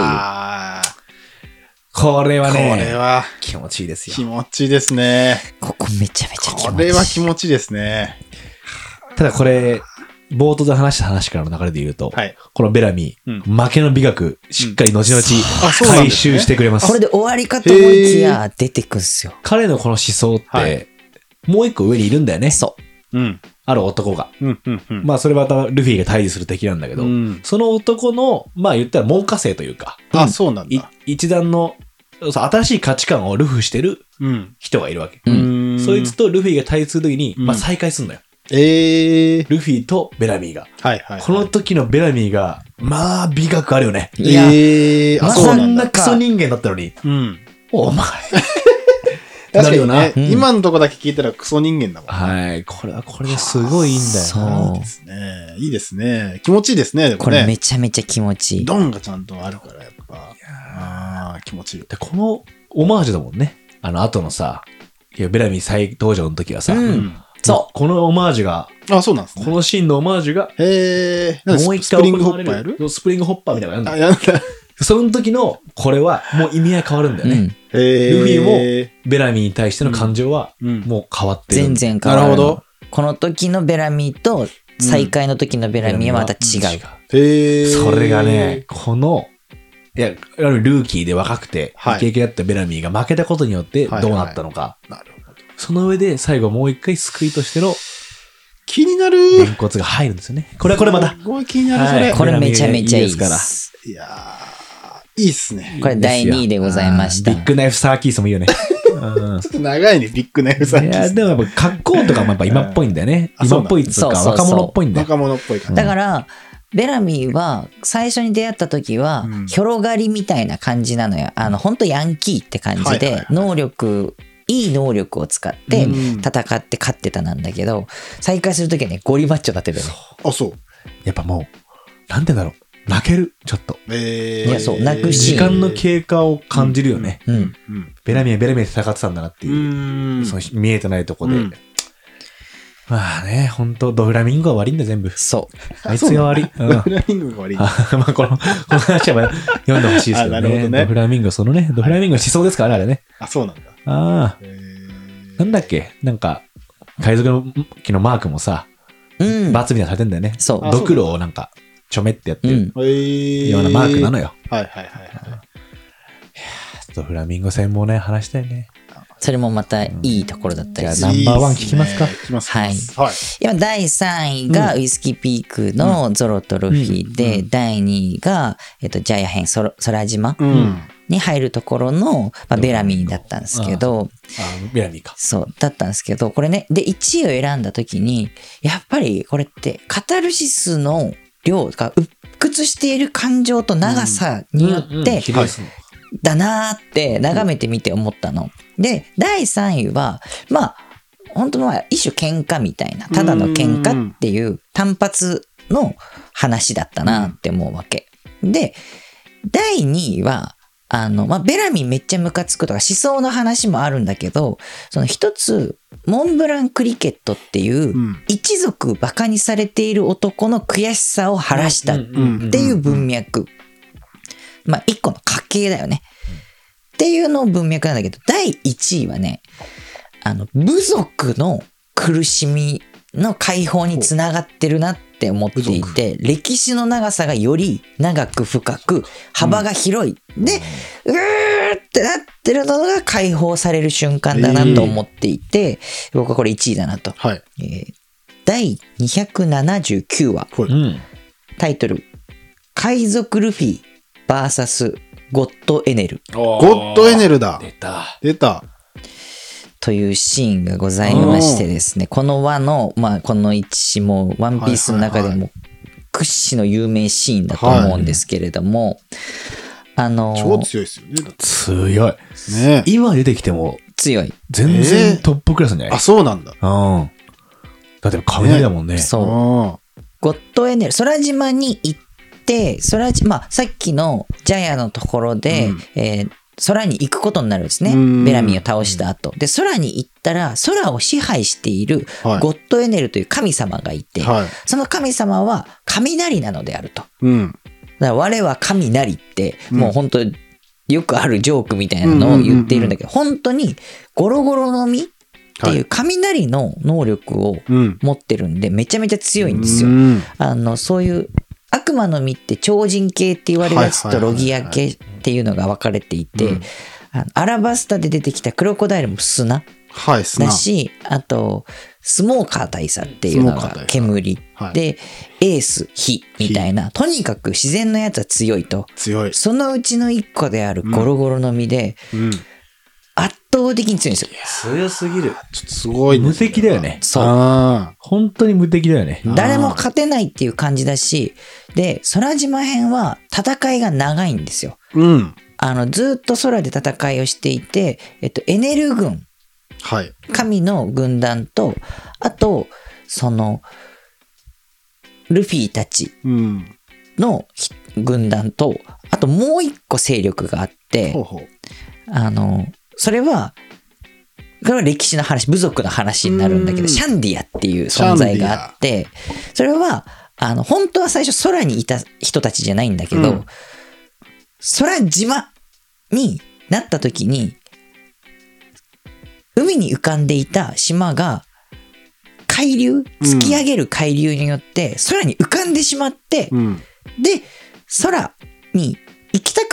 これはね、 これは気持ちいいですよ。 気持ちいいですね。 ここめちゃめちゃ気持ちいい。 これは気持ちいいですね。 ただこれ、冒頭で話した話からの流れで言うと、 はい、 このベラミー、うん、負けの美学、しっかり後々、うん、回収してくれます。 これで終わりかと思いきや出てくんすよ。 彼のこの思想って、はい、もう一個上にいるんだよね。 そう。 うん。ある男が。 うんうんうん、 まあそれはまたルフィが対峙する敵なんだけど、うん、その男の、まあ言ったら門下生というか、 あ、そうなんだ。 一段の新しい価値観をルフしてる人がいるわけ。 うん、 そいつとルフィが対峙するときに、まあ再会するんだよ。 えー、 ルフィとベラミーが。 はいはい、はい。 この時のベラミーが、まあ美学あるよね。 いや、 えー、 あ、そんなクソ人間だったのに。 うん。 お前。 確かにね、うん、今のとこだけ聞いたらクソ人間だもんね。はい。これはこれですごいいいんだよ。 そうですね。いいですね。気持ちいいですね。でもねこれめちゃめちゃ気持ちいい。 ドンがちゃんとあるから、やっぱ。ああ、気持ちいい。 でこのオマージュだもんね。あの後のさ、いやベラミー再登場の時はさ、 うん、そう。 このオマージュが、 あ、そうなんですね。 このシーンのオマージュが、 へえ、 もう一回スプリングホッパーやるスプリングホッパーみたいなのやんだ。あ、やんだ。 その時の、これはもう意味合い変わるんだよね。うん、 へルフィもベラミーに対しての感情はもう変わってる。 全然変わる。 なるほど。 この時のベラミーと再会の時のベラミーはまた違う。 へえ。 それがね、このいや、ルーキーで若くて、イケイケだったベラミーが負けたことによってどうなったのか。はいはい、なるほど。その上で最後もう一回救いとしての気になる。 げんこつが入るんですよね。これはこれまた。 すごい気になる、それ。 はい、これめちゃめちゃいいですから。 いやー、いいっすね。 これだいにいでございました。 ビッグナイフサーキースもいいよね。 うん、ちょっと長いね、ビッグナイフサーキース。 いや、でもやっぱ格好とかもやっぱ今っぽいんだよね。今っぽいっつうか若者っぽいんだよ。 若者っぽいから。 だから、ベラミーは最初に出会った時は、広がりみたいな感じなのよ。あの、本当ヤンキーって感じで、能力、いい能力を使って戦って勝ってたなんだけど、再会するときはね、ゴリマッチョになってるよね。 あ、そう。 やっぱもう、なんてだろう。泣ける、ちょっと。 えー、いや、そう、泣くし。 時間の経過を感じるよね。うんうん、ベラミーはベラミーで戦ってたんだなっていう。うんその見えてないとこで。うん、まあね、ほんと、ドフラミンゴが悪いんだ、全部。 そう。 あいつが悪い。 ドフラミンゴが悪い。 まあ、この、この話は読んでほしいですけどね。なるほどね。ドフラミンゴ、そのね、ドフラミンゴ思想ですからね、あれね。 あ、そうなんだ。 ああ。なんだっけなんか、海賊の木のマークもさ、うん。バツみたいなされてんだよね。そう。ドクロをなんか、ちょめってやってる、うん、ようなマークなのよ。 はいはいはいはい。いやー、ドフラミンゴ戦もね、話したいね。 それもまたいいところだったりする。じゃあナンバーワン聞きますか。 聞きます。 はい。はい、今だいさんいがウイスキーピークのゾロとルフィで、うん、だいにいが、えっと、ジャイア編空島に入るところの、まあ、ベラミーだったんですけど、 ああベラミーか。 そう、だったんですけど、これね、で、いちいを選んだ時に、やっぱりこれってカタルシスの量が鬱屈している感情と長さによってだなーって眺めてみて思ったの。で、だいさんいはまあ本当は一種喧嘩みたいな、ただの喧嘩っていう単発の話だったなって思うわけ。で、だいにいはあの、まあ、ベラミーめっちゃムカつくとか思想の話もあるんだけど、その一つ、モンブランクリケットっていう、一族バカにされている男の悔しさを晴らしたっていう文脈。まあ、一個の家系だよね。っていうの文脈なんだけど、だいいちいはね、あの、部族の苦しみの解放につながってるなって思っていて、歴史の長さがより長く深く幅が広い、うん、でうーってなってるのが解放される瞬間だなと思っていて、えー、僕はこれいちいだなと、はいえー、だいにひゃくななじゅうきゅうわ、はい、タイトル海賊ルフィ ブイエス ゴッドエネル。 ゴッドエネルだ。 出た出たというシーンがございましてですね、この輪の、まあ、この一もワンピースの中でも屈指の有名シーンだと思うんですけれども、はい、あのー、 超強いですよね。 強い。ね、今出てきても強い。 全然トップクラスじゃない、 えー、あ、そうなんだ。 うん。だって雷だもんね。 ねそう。ゴッドエネル、空島に行って、空島、まあ、さっきのジャヤのところで、うん、えー空に行くことになるんですね。ベラミーを倒した後。で、空に行ったら、空を支配しているゴッドエネルという神様がいて、はい、その神様は雷なのであると。うん、だから我は雷って、もう本当よくあるジョークみたいなのを言っているんだけど、本当にゴロゴロの実っていう雷の能力を持ってるんで、めちゃめちゃ強いんですよ。あの、そういう悪魔の実って超人系って言われるやつとロギア系っていうのが分かれていて、うん、あのアラバスタで出てきたクロコダイルも砂だし、はい、あとスモーカー大佐っていうのが煙、はい、でエース火みたいな、とにかく自然のやつは強いと。 強い。 そのうちの一個であるゴロゴロの実で、うんうん、圧倒的に強いんですよ。 強すぎる。 ちょっとすごい、 ね、無敵だよね。 そう。 本当に無敵だよね。 誰も勝てないっていう感じだし、で、空島編は戦いが長いんですよ。うん。あの、ずっと空で戦いをしていて、えっと、エネル軍。はい。神の軍団と、あと、その、ルフィたちの軍団と、あともう一個勢力があって、ほうほうあの、それは、これは歴史の話、部族の話になるんだけど、シャンディアっていう存在があって、それは、あの、本当は最初空にいた人たちじゃないんだけど、うん、空島になった時に、海に浮かんでいた島が、海流、突き上げる海流によって、空に浮かんでしまって、うん、で、空に行きたく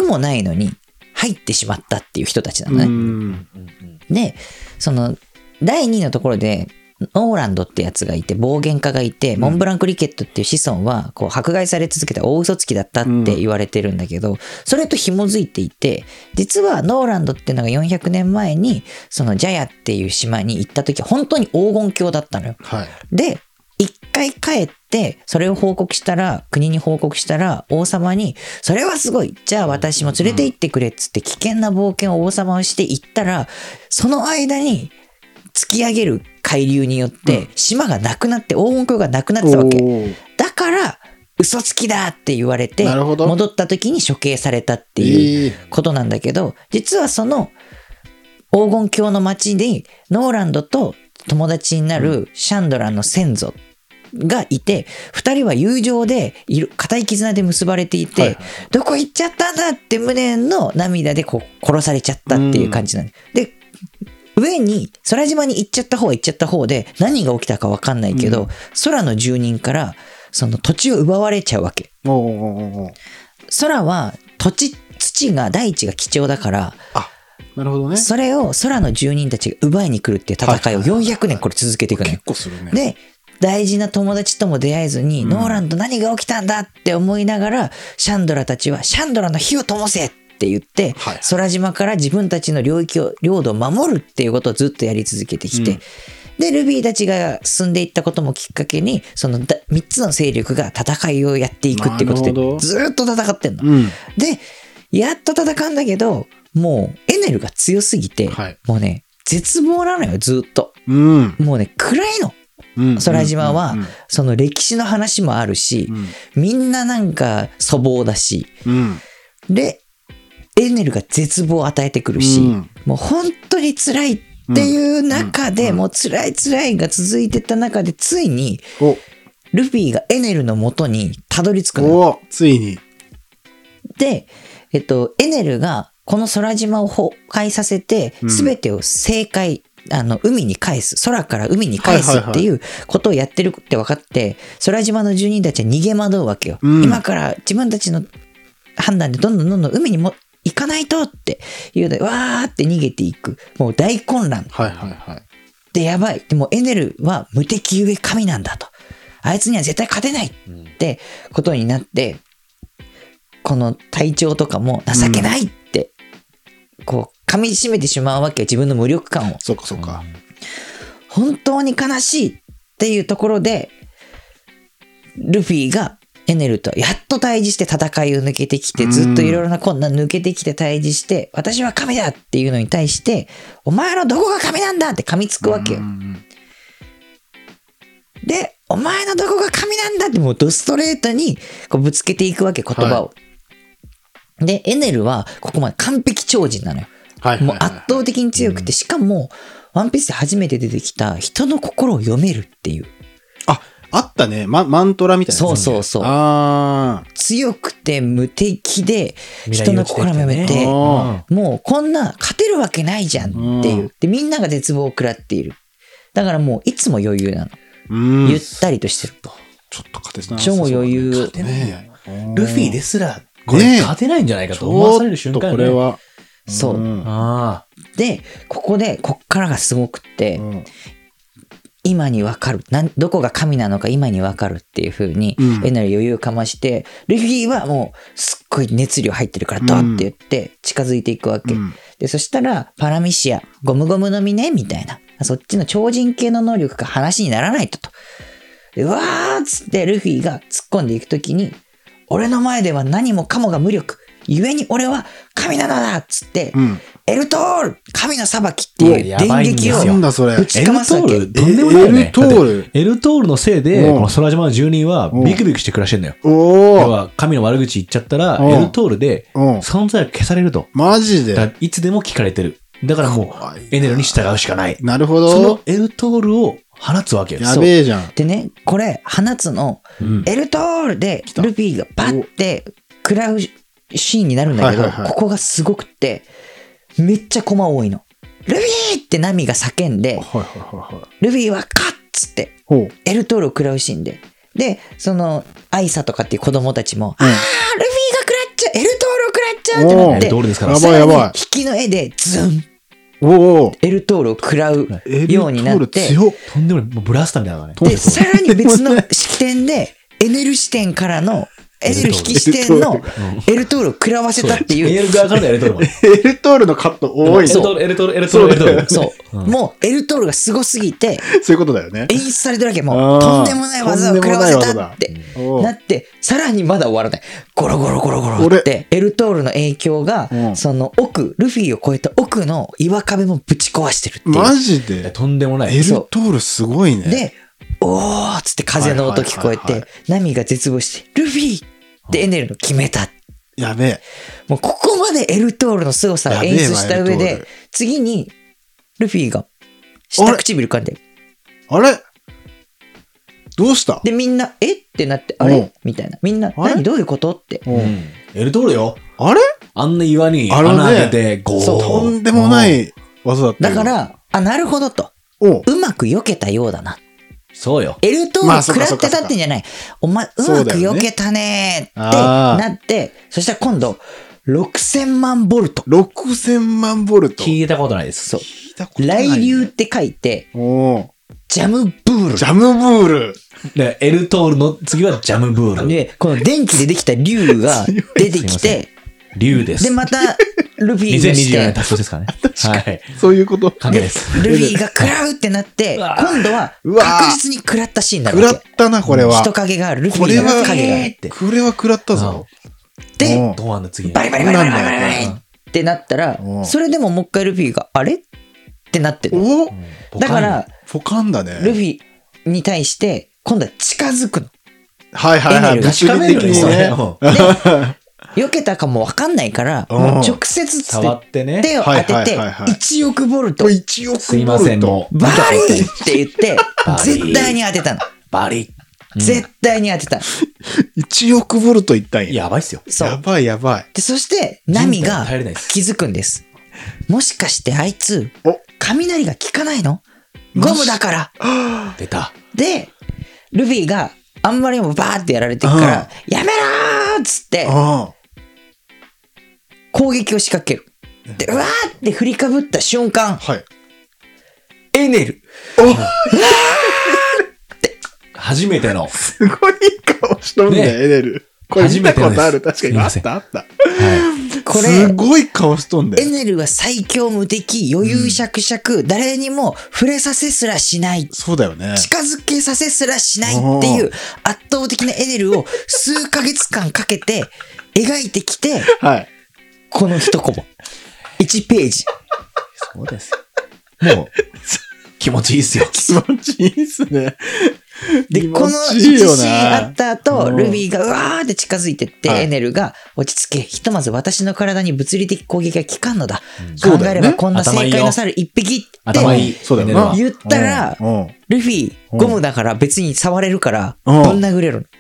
くもないのに入ってしまったっていう人たちなのね。で、そのだいにいのところでノーランドってやつがいて、暴言家がいて、モンブランクリケットっていう子孫はこう迫害され続けた大嘘つきだったって言われてるんだけど、それと紐づいていて、実はノーランドっていうのがよんひゃくねんまえにそのジャヤっていう島に行った時、本当に黄金鏡だったのよ。はい、で一回帰ってそれを報告したら、国に報告したら王様にそれはすごい、じゃあ私も連れて行ってくれっつって危険な冒険を王様をして行ったら、その間に突き上げる海流によって島がなくなって、黄金鏡がなくなってたわけだから、嘘つきだって言われて戻った時に処刑されたっていうことなんだけど、実はその黄金鏡の町でノーランドと友達になるシャンドラの先祖がいて、二人は友情で固い絆で結ばれていて、どこ行っちゃったんだって無念の涙でこう殺されちゃったっていう感じなんで、で上に空島に行っちゃった方は行っちゃった方で何が起きたか分かんないけど、うん、空の住人からその土地を奪われちゃうわけ。おうおうおう、空は土地土が大地が貴重だから、 あ、なるほどね。 それを空の住人たちが奪いに来るっていう戦いをよんひゃくねんこれ続けていくのよ。 結構するね。 で大事な友達とも出会えずに、うん、ノーランド何が起きたんだって思いながら、シャンドラたちはシャンドラの火を灯せって言って、はい、空島から自分たちの領域を領土を守るっていうことをずっとやり続けてきて、うん、でルビーたちが進んでいったこともきっかけに、そのみっつの勢力が戦いをやっていくっていうことでずっと戦ってんの、うん、でやっと戦うんだけど、もうエネルが強すぎて、はい、もうね絶望なのよずっと、うん、もうね暗いの、うん、空島は、うんうんうん、その歴史の話もあるし、うん、みんななんか粗暴だし、うん、でエネルが絶望を与えてくるし、うん、もう本当に辛いっていう中で、うんうん、もう辛い辛いが続いてた中で、ついにルフィがエネルの元にたどり着くの。 お、ついに。 で、えっとエネルがこの空島を崩壊させて、全てを正解、うん、あの海に返す、空から海に返すっていうことをやってるって分かって、空島の住人たちは逃げ惑うわけよ、うん、今から自分たちの判断でどんどんどんどん海にも行かないとっていうので、わーって逃げていく。もう大混乱。はいはいはい。で、やばい。でもエネルは無敵ゆえ神なんだと。あいつには絶対勝てないってことになって、この隊長とかも情けないって、こう、噛み締めてしまうわけ。自分の無力感を。 そうかそうか。 本当に悲しいっていうところで、ルフィがエネルとやっと対峙して戦いを抜けてきて、ずっといろいろな困難抜けてきて対峙して、私は神だっていうのに対して、お前のどこが神なんだって噛みつくわけよ。で、お前のどこが神なんだってもうドストレートにこうぶつけていくわけ、言葉を。はい、で、エネルはここまで完璧超人なのよ。はいはいはいはい、もう圧倒的に強くて、しかも、ワンピースで初めて出てきた人の心を読めるっていう。 あ、あったね。ま、マントラみたいな、ね。 そうそうそう。あ強くて無敵で人の心を読めて、ね、もうこんな勝てるわけないじゃんっていう。で、みんなが絶望を食らっている。だからもういつも余裕なの。うんゆったりとしてると。 ちょっと勝てない。 超余裕。 勝てないね。ルフィですら、これ勝てないんじゃないかと思わされる瞬間、ね、 これは。 そう。うん、あで、ここで、こっからがすごくって、うん、今にわかるなん。どこが神なのか今にわかるっていう風に、うん、エネル余裕をかまして、ルフィはもうすっごい熱量入ってるから、ドンって言って近づいていくわけ。うん、で、そしたら、パラミシア、ゴムゴムの実ね、みたいな。そっちの超人系の能力が話にならないとと。で、わーっつってルフィが突っ込んでいくときに、俺の前では何もかもが無力。故に俺は神なのだっつって、うん、エルトール神の裁きっていう電撃を打ちかますわけ。 エルトールとんでもないよね。エルトールエルトールのせいでこの空島の住人はビクビクして暮らしてんだよ。要は神の悪口言っちゃったらエルトールで存在が消されると。 マジでいつでも聞かれてる。だからもうエネルに従うしかない。 なるほど。 そのエルトールを放つわけよ。 やべえじゃん。 でね、これ放つの、うん、エルトールでルフィがバッて食らうシーンになるんだけど、はいはいはい、ここがすごくってめっちゃコマ多いの。ルフィってナミが叫んで、はいはいはいはい、ルフィはカッつってエルトールを食らうシーンで、でそのアイサとかっていう子供たちも、うん、あールフィが食らっちゃうエルトールを食らっちちゃーってなって、 やばいやばい。 引きの絵でズン。 おおエルトールを食らうようになって、 とんでもない、もうブラスターみたいなね。 で、さらに別の視点で、エネル視点からの、エネル引き視点のエルトールを食らわせたっていう。 エル側からのエルトールも。 エルトールのカット多い。 そう。エルトール、エルトール、エルトール。 そう。もうエルトールがすごすぎて、 そういうことだよね。 演出されてるわけ。もう、とんでもない技を食らわせたってなって、さらにまだ終わらない。ゴロゴロゴロゴロって、エルトールの影響が、その奥、ルフィを超えた奥の岩壁もぶち壊してるっていう。 マジでとんでもない。 エルトールすごいね。 で、おーっつって風の音聞こえて、ナミが絶望して、ルフィでエネルの決めた。 やべえ。 もうここまでエルトールの凄さを演出した上で、次に、ルフィが、下唇噛んで。 あれどうしたで、みんな、えってなって、あれみたいな。みんな、何どういうことって。 エルトールよ。 あれあんな岩に穴開けて、ゴー。 とんでもない技だった。 だから、あ、なるほどと。うまく避けたようだな。 そうよ。 エルトール食らってたってんじゃない。お前、うまく避けたねーってなって、そしたら今度、ろくせんまんボルト。 ろくせんまんボルト。 聞いたことないです。 そう。雷流って書いて、ジャムブール。 ジャムブール。 で、エルトールの次はジャムブール。 で、この電気でできた竜が出てきて、 竜です。 で、また、ルフィがして。 にせんにじゅうよねん達成ですからね。はい。 そういうこと。 関係です。 ルフィが食らうってなって、今度は確実に食らったシーンになるわけ。 食らったな、これは。 人影がある。ルフィが影があって。 これは食らったぞ。 で、 ドアの次に。 バリバリバリバリバリバリってなったら、それでももう一回ルフィが、あれってなってる。だから、 ポカンだね。 ルフィに対して、今度は近づくの。 はいはいはい。 物理的にね。 避けたかもわかんないから、直接つって手を当てて、いちおくボルト。 いちおくボルト。 すいません、もう。バリって言って、絶対に当てたの。 バリ。 絶対に当てたの。 いちおくボルトいったんや。 やばいっすよ。 やばいやばい。 で、そして、ナミが気づくんです。もしかしてあいつ、雷が効かないの？ゴムだから。 出た。 で、ルフィがあんまりにもバーってやられてるから、やめろーっつって、攻撃を仕掛ける。で、うわーって振りかぶった瞬間、はい、エネル。おって。 初めての。 すごい顔しとんね、エネル。これ見たことある。確かにあったあった。はい、これ、すごい顔しとんで。 エネルは最強無敵、余裕しゃくしゃく、うん、誰にも触れさせすらしない。 そうだよね。 近づけさせすらしないっていう圧倒的なエネルを数ヶ月間かけて描いてきて、はい、この一コマ。いちページ。 そうです。もう、気持ちいいっすよ。 気持ちいいっすね。 で、この一シーンあった後、ルビーがうわーって近づいてって、はい、エネルが落ち着け、ひとまず私の体に物理的攻撃が効かんのだ。うん、考えればこんな正解なさる一匹って言ったら、ルフィ、ゴムだから別に触れるから、ぶん殴れる。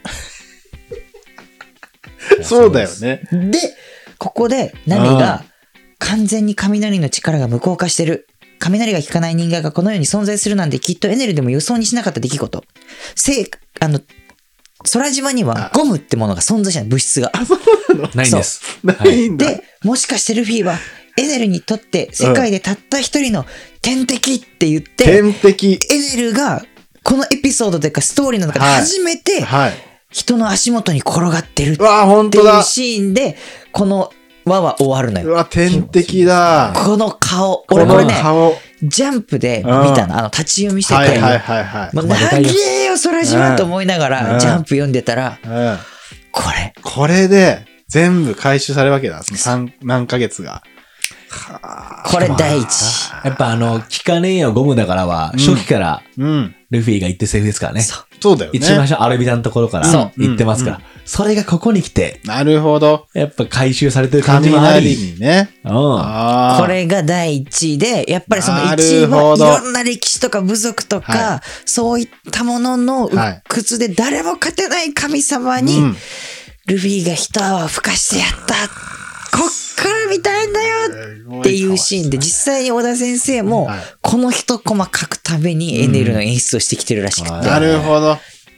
そうだよね。 で、ここでナミが完全に雷の力が無効化してる。雷が効かない人間がこの世に存在するなんてきっとエネルでも予想にしなかった出来事。せあの、空島にはゴムってものが存在しない、物質が。 あ、そうなの？ ないんです。 ないんだ。 で、もしかしてルフィはエネルにとって世界でたった一人の天敵って言って、 天敵。 エネルがこのエピソードというかストーリーの中で初めて人の足元に転がってるっていうシーンで、この輪は終わるのよ。 うわ、天敵だ。 この顔。俺これね、ジャンプで見たの。あの、立ち読みしてたよ。 はいはいはい。 もう長えよ、空島と思いながら、ジャンプ読んでたら、これ。 これで、全部回収されるわけだ。その三、何ヶ月が。 これ第一。 やっぱあの、効かねえよゴムだからは、初期から、ルフィが言ってセリフですからね。 そうだよね。 一番最初アルビダのところから言ってますから。それがここに来て。 なるほど。 やっぱ回収されてる感じもあり。 にね。 うん。これが第一位で、やっぱりその一位はいろんな歴史とか部族とか、そういったものの鬱屈で誰も勝てない神様に、ルフィが一泡吹かしてやった。こっから見たいんだよっていうシーンで、実際に小田先生も、この一コマ書くためにエネルの演出をしてきてるらしくて。 なるほど。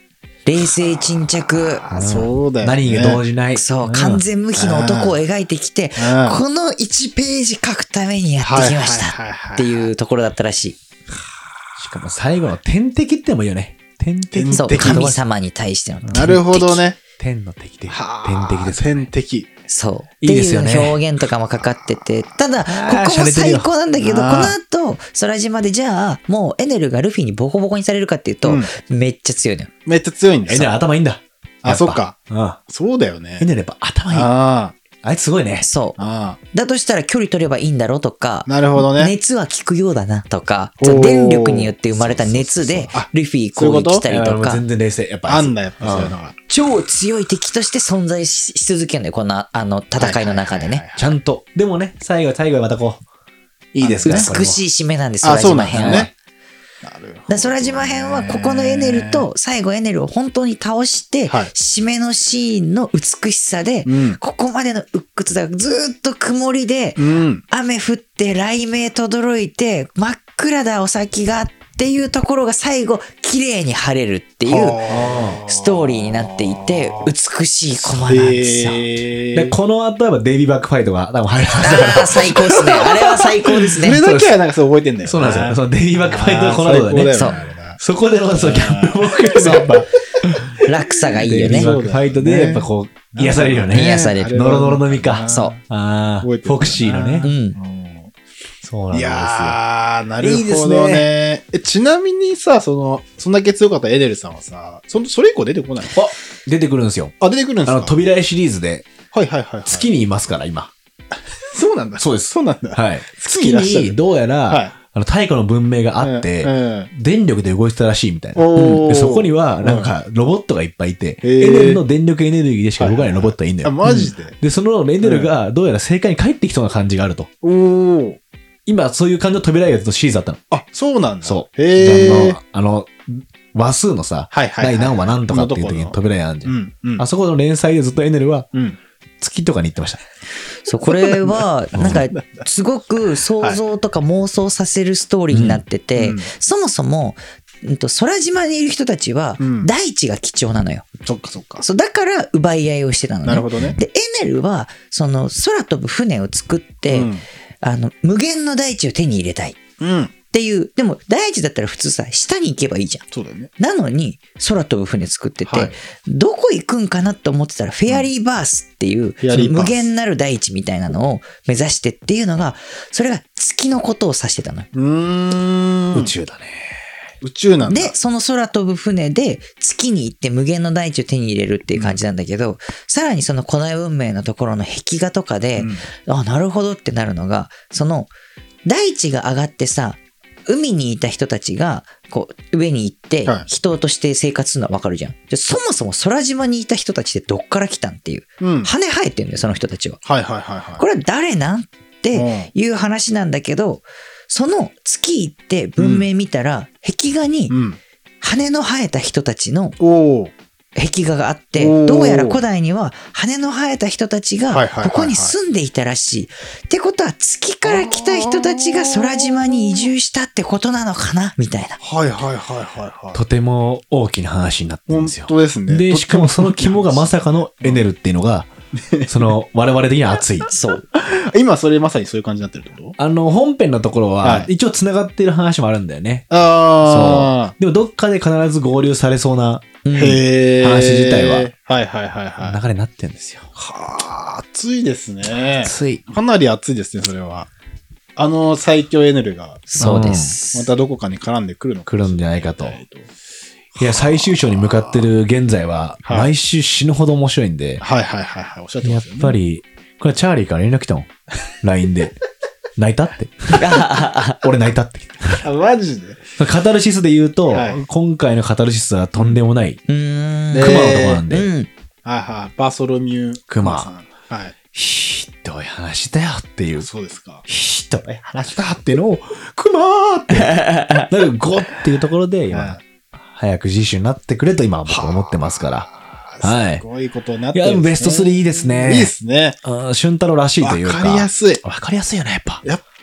冷静沈着。 そうだよね。 何が動じない。 そう、完全無比の男を描いてきて、このいちページ書くためにやってきましたっていうところだったらしい。 しかも最後の天敵ってもいいよね。天敵。 そう、神様に対しての天敵。 なるほどね。 天の敵で。天敵です。 天敵。 そう。いいですよね。っていう表現とかもかかってて、ただ、ここも最高なんだけど、この後、空島でじゃあ、もうエネルがルフィにボコボコにされるかっていうと、めっちゃ強いのよ。 めっちゃ強いんですよ。 エネル頭いいんだ。 あ、そっか。そうだよね。 エネルやっぱ頭いい。ああいつすごいね。 そう。だとしたら距離取ればいいんだろうとか、 なるほどね。 熱は効くようだなとか、電力によって生まれた熱でルフィ攻撃したりとか。 全然冷静。やっぱあんだ、やっぱそういうのが。 超強い敵として存在し続けるんだよ、こんな、あの、戦いの中でね。 ちゃんと。でもね、最後、最後はまたこう、いいですね。 美しい締めなんです、空島編は。だ空島編はここのエネルと最後エネルを本当に倒して、はい、締めのシーンの美しさで、うん、ここまでの鬱屈だずっと曇りで、うん、雨降って雷鳴とどろいて真っ暗だお先がっていうところが最後綺麗に晴れるっていうストーリーになっていて美しいコマなんですよ。 でこの後はデイビーバックファイトが多分入りました。 ああ最高ですね。あれは最高ですね。 それだけはなんかそう覚えてんだよ。 そうなんですよ。そのデイビーバックファイトがこの後だね。そう。そこでのそのギャップも含めてやっぱ落差がいいよね。 デイビーバックファイトでやっぱこう癒されるよね。 癒される。 ノロノロの実か。 そう。 ああフォクシーのね。うん。そうなんですよ。いやー、なるほどね。ねえちなみにさ、その、そんだけ強かったエネルさんはさ、そそれ以降出てこない？ あ、出てくるんですよ。 あ、出てくるんですか？ あの、扉絵シリーズで。 はいはいはい、はい。 月にいますから、今。 そうなんだ。 そうです。 そうなんだ。 はい。月に、どうやら、はい、あの、太古の文明があって、うんうん、電力で動いてたらしいみたいな。うん、でそこには、なんか、ロボットがいっぱいいて、うん、エネルの電力エネルギーでしか動かないロボットがいいんだよ。 はいはいはい、あ、マジで、 うん、で、そのエネルが、どうやら正解に帰ってきそうな感じがあると。 おー。 今、そういう感じの扉絵がずっとシリーズあったの。 あ、そうなんだ。 そう。 へー。 あの、話数のさ、はいはいはい、第何話何とかっていう時に扉絵あるじゃん。うんうん、あそこの連載でずっとエネルは、月とかに行ってました。 そう、これは、なんか、すごく想像とか妄想させるストーリーになってて、はいうん、そもそも、空島にいる人たちは、大地が貴重なのよ。 うん、そっかそっか。 そう、だから奪い合いをしてたのね。 なるほどね。 で、エネルは、その、空飛ぶ船を作って、うん、あの、無限の大地を手に入れたい。うん。っていう、でも大地だったら普通さ、下に行けばいいじゃん。 そうだよね。 なのに、空飛ぶ船作ってて、はい、どこ行くんかなと思ってたら、フェアリーバースっていう、うん、無限なる大地みたいなのを目指してっていうのが、それが月のことを指してたの。 うーん。 宇宙だね。 宇宙なんだ。 で、その空飛ぶ船で月に行って無限の大地を手に入れるっていう感じなんだけど、うん、さらにその古代文明のところの壁画とかで、うん、あ、なるほどってなるのが、その大地が上がってさ、海にいた人たちがこう上に行って人として生活するのはわかるじゃん。じゃそもそも空島にいた人たちってどっから来たんっていう、うん、羽生えてるんだよその人たちは。 はいはいはいはい。 これは誰なんっていう話なんだけど、その月行って文明見たら、うん、壁画に羽の生えた人たちの壁画があって、どうやら古代には羽の生えた人たちがここに住んでいたらしい。ってことは月から来た人たちが空島に移住したってことなのかなみたいな。 はいはいはいはいはい。 とても大きな話になってるんですよ。 本当ですね。 で、しかもその肝がまさかのエネルっていうのが、その我々的には熱い。 そう。 今それまさにそういう感じになってるってこと？ あの、本編のところは、一応繋がってる話もあるんだよね。 ああ。 そう。でもどっかで必ず合流されそうな、 へー。 話自体は。 はいはいはいはい。 流れになってるんですよ。 はあ、熱いですね。 熱い。 かなり熱いですね、それは。あの最強エネルが。 そうです。 またどこかに絡んでくるのか。 来るんじゃないかと。いや、最終章に向かってる現在は、毎週死ぬほど面白いんで。 はいはいはいはい。おっしゃってますよね。 やっぱり、これチャーリーから連絡来たもん。ライン で。泣いたって。俺泣いたって。 あ、マジで？ カタルシスで言うと、はい、今回のカタルシスはとんでもない。クマのとこなんで。うん、 はいはい。バーソロミュークマ。 さん。はい。 ひどい話だよっていう。 そうですか。 ひどい話だっていうのを、クマーって。なるゴっていうところで、今、はい、早く次週になってくれと今僕は思ってますから。はい。 すごいことになってるんですね。 いや、ベストスリーいいですね。 いいですね。 俊太郎らしいというか。 わかりやすい。 わかりやすいよね、やっぱ。 やっ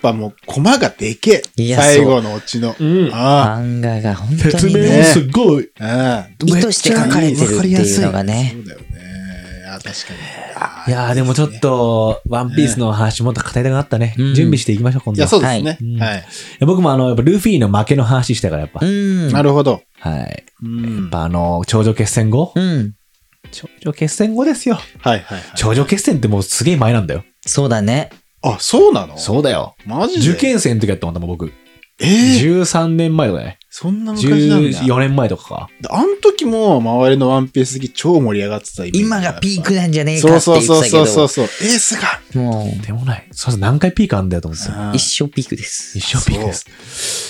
ぱもう、コマがでけえ。最後のオチの。 うん、あ漫画が本当にね。説明もすごい。 意図して書かれてるっていうのがね。 そうだよね。あ、確かに。いやーでもちょっと、ワンピースの話もっと語りたくなったね。準備していきましょう、今度は。 いや、そうですね。はい。 僕もあの、やっぱルフィの負けの話したから、やっぱ。 なるほど。 はい。やっぱあの、頂上決戦後。うん。頂上決戦後ですよ。 はいはい。 頂上決戦ってもうすげえ前なんだよ。 そうだね。 あ、そうなの？ そうだよ。 マジで？ 受験生の時やったもん、僕。 えー、 じゅうさんねんまえとかね。 そんな昔なんだ。 じゅうよねんまえとかか。 あの時も周りのワンピース好き超盛り上がってたイメージ。 今がピークなんじゃねえかって言ってたけど。 そうそうそうそう。エースが。 もう。でもない。そうそう、何回ピークあんだよと思ってた。 一生ピークです。 一生ピークです。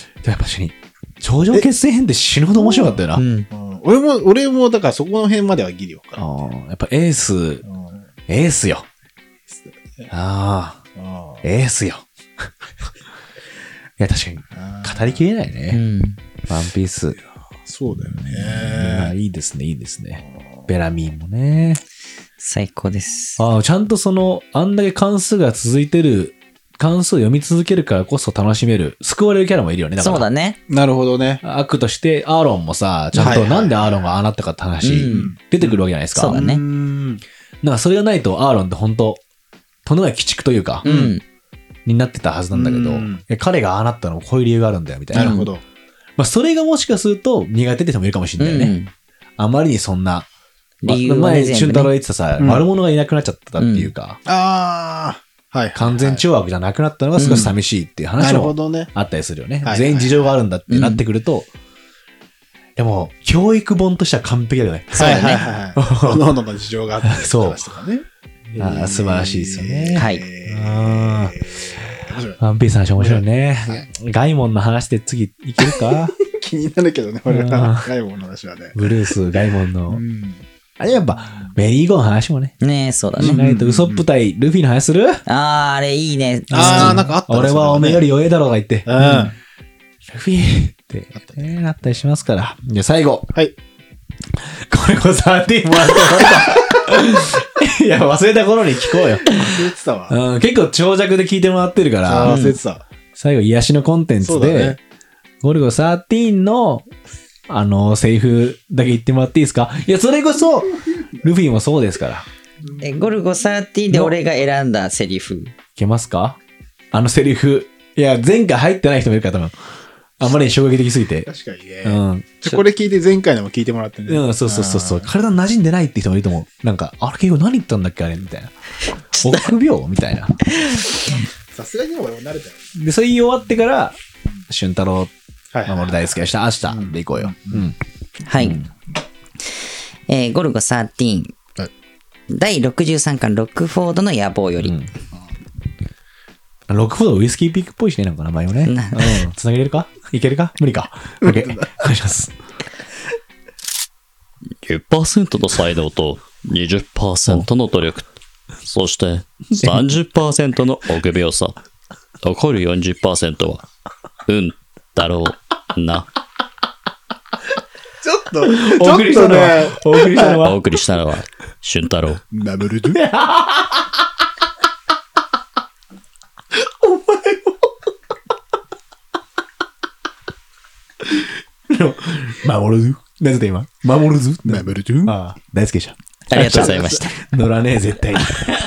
でもやっぱしに、頂上決戦編って死ぬほど面白かったよな。うん。 俺も、俺も、だからそこの辺まではギリよから。やっぱエース、エースよ。ああ。エースよ。いや、確かに、語りきれないね。うん、ワンピース。 そうだよね。 いいですね、いいですね。ベラミーもね。 最高です。 ああ、ちゃんとその、あんだけ関数が続いてる、関数を読み続けるからこそ楽しめる、救われるキャラもいるよね。だからそうだね。 なるほどね。 悪として、アーロンもさ、ちゃんとなんでアーロンがああなったかって話、出てくるわけじゃないですか。 そうだね。 なんかそれがないと、アーロンって本当とんでもない鬼畜というか、うん、になってたはずなんだけど、彼がああなったのもこういう理由があるんだよ、みたいな。 なるほど。 まあ、それがもしかすると苦手って人もいるかもしれないよね。うん、あまりにそんな、理由はね、前、俊太郎が言ってたさ、うん、悪者がいなくなっちゃったっていうか、 うん、ああ、はい。 完全懲悪じゃなくなったのが少し寂しいっていう話もあったりするよね。うん、全員事情があるんだってなってくると、でも、教育本としては完璧だよね。 そうだね。はい。各々の事情があったりとかとかね。 ああ、素晴らしいですよね。 はい。 ワンピースの話面白いね。ガイモンの話で次いけるか気になるけどね、俺は。ガイモンの話はね。 ブルース、ガイモンの。あれやっぱ、メリーゴーの話もね。 ねえ、そうだね。 しないと、ウソップ対ルフィの話する？ ああ、あれいいね。 ああ、なんかあったね。 俺はおめえより弱えだろうが言って。うん。ルフィって、えなったりしますから。じゃあ最後。 はい。 これこそサーティーンもらってもらった。いや、忘れた頃に聞こうよ。 忘れてたわ。 うん、結構長尺で聞いてもらってるから。 忘れてた。 最後、癒しのコンテンツで、ゴルゴじゅうさんの、あの、セリフだけ言ってもらっていいですか？いや、それこそ、ルフィもそうですから。 え、ゴルゴじゅうさんで俺が選んだセリフ。いけますか？あのセリフ。いや、前回入ってない人もいるから多分。あまりに衝撃的すぎて。 確かにね。うん。じゃ、これ聞いて前回のも聞いてもらってね。 うん、そうそうそうそう。体馴染んでないって人もいると思う。なんか、あれ結構何言ったんだっけあれみたいな。臆病みたいな。 さすがに俺も慣れたよ。 で、それ言い終わってから、俊太郎、守大輔がした明日で行こうよ。うん。 はい。えー、ゴルゴじゅうさん。だいろくじゅうさんかんロックフォードの野望より。 ロックフォードウイスキーピークっぽいしね、なんか名前をね。うん。つなげれるか？いけるか？無理か。OK。お願いします。 じゅっパーセント の才能と にじゅっパーセント の努力。そして さんじゅっパーセント の臆病さ。残る よんじゅっパーセント は運だろうな。 ちょっと、ちょっとね。 お送りしたのはお送りしたのは、俊太郎。 ナブルドゥ。 守るぞ。何て今守るぞ。 守るぞ。 ああ、大好きでしょ。 ありがとうございました。 乗らねえ、絶対に。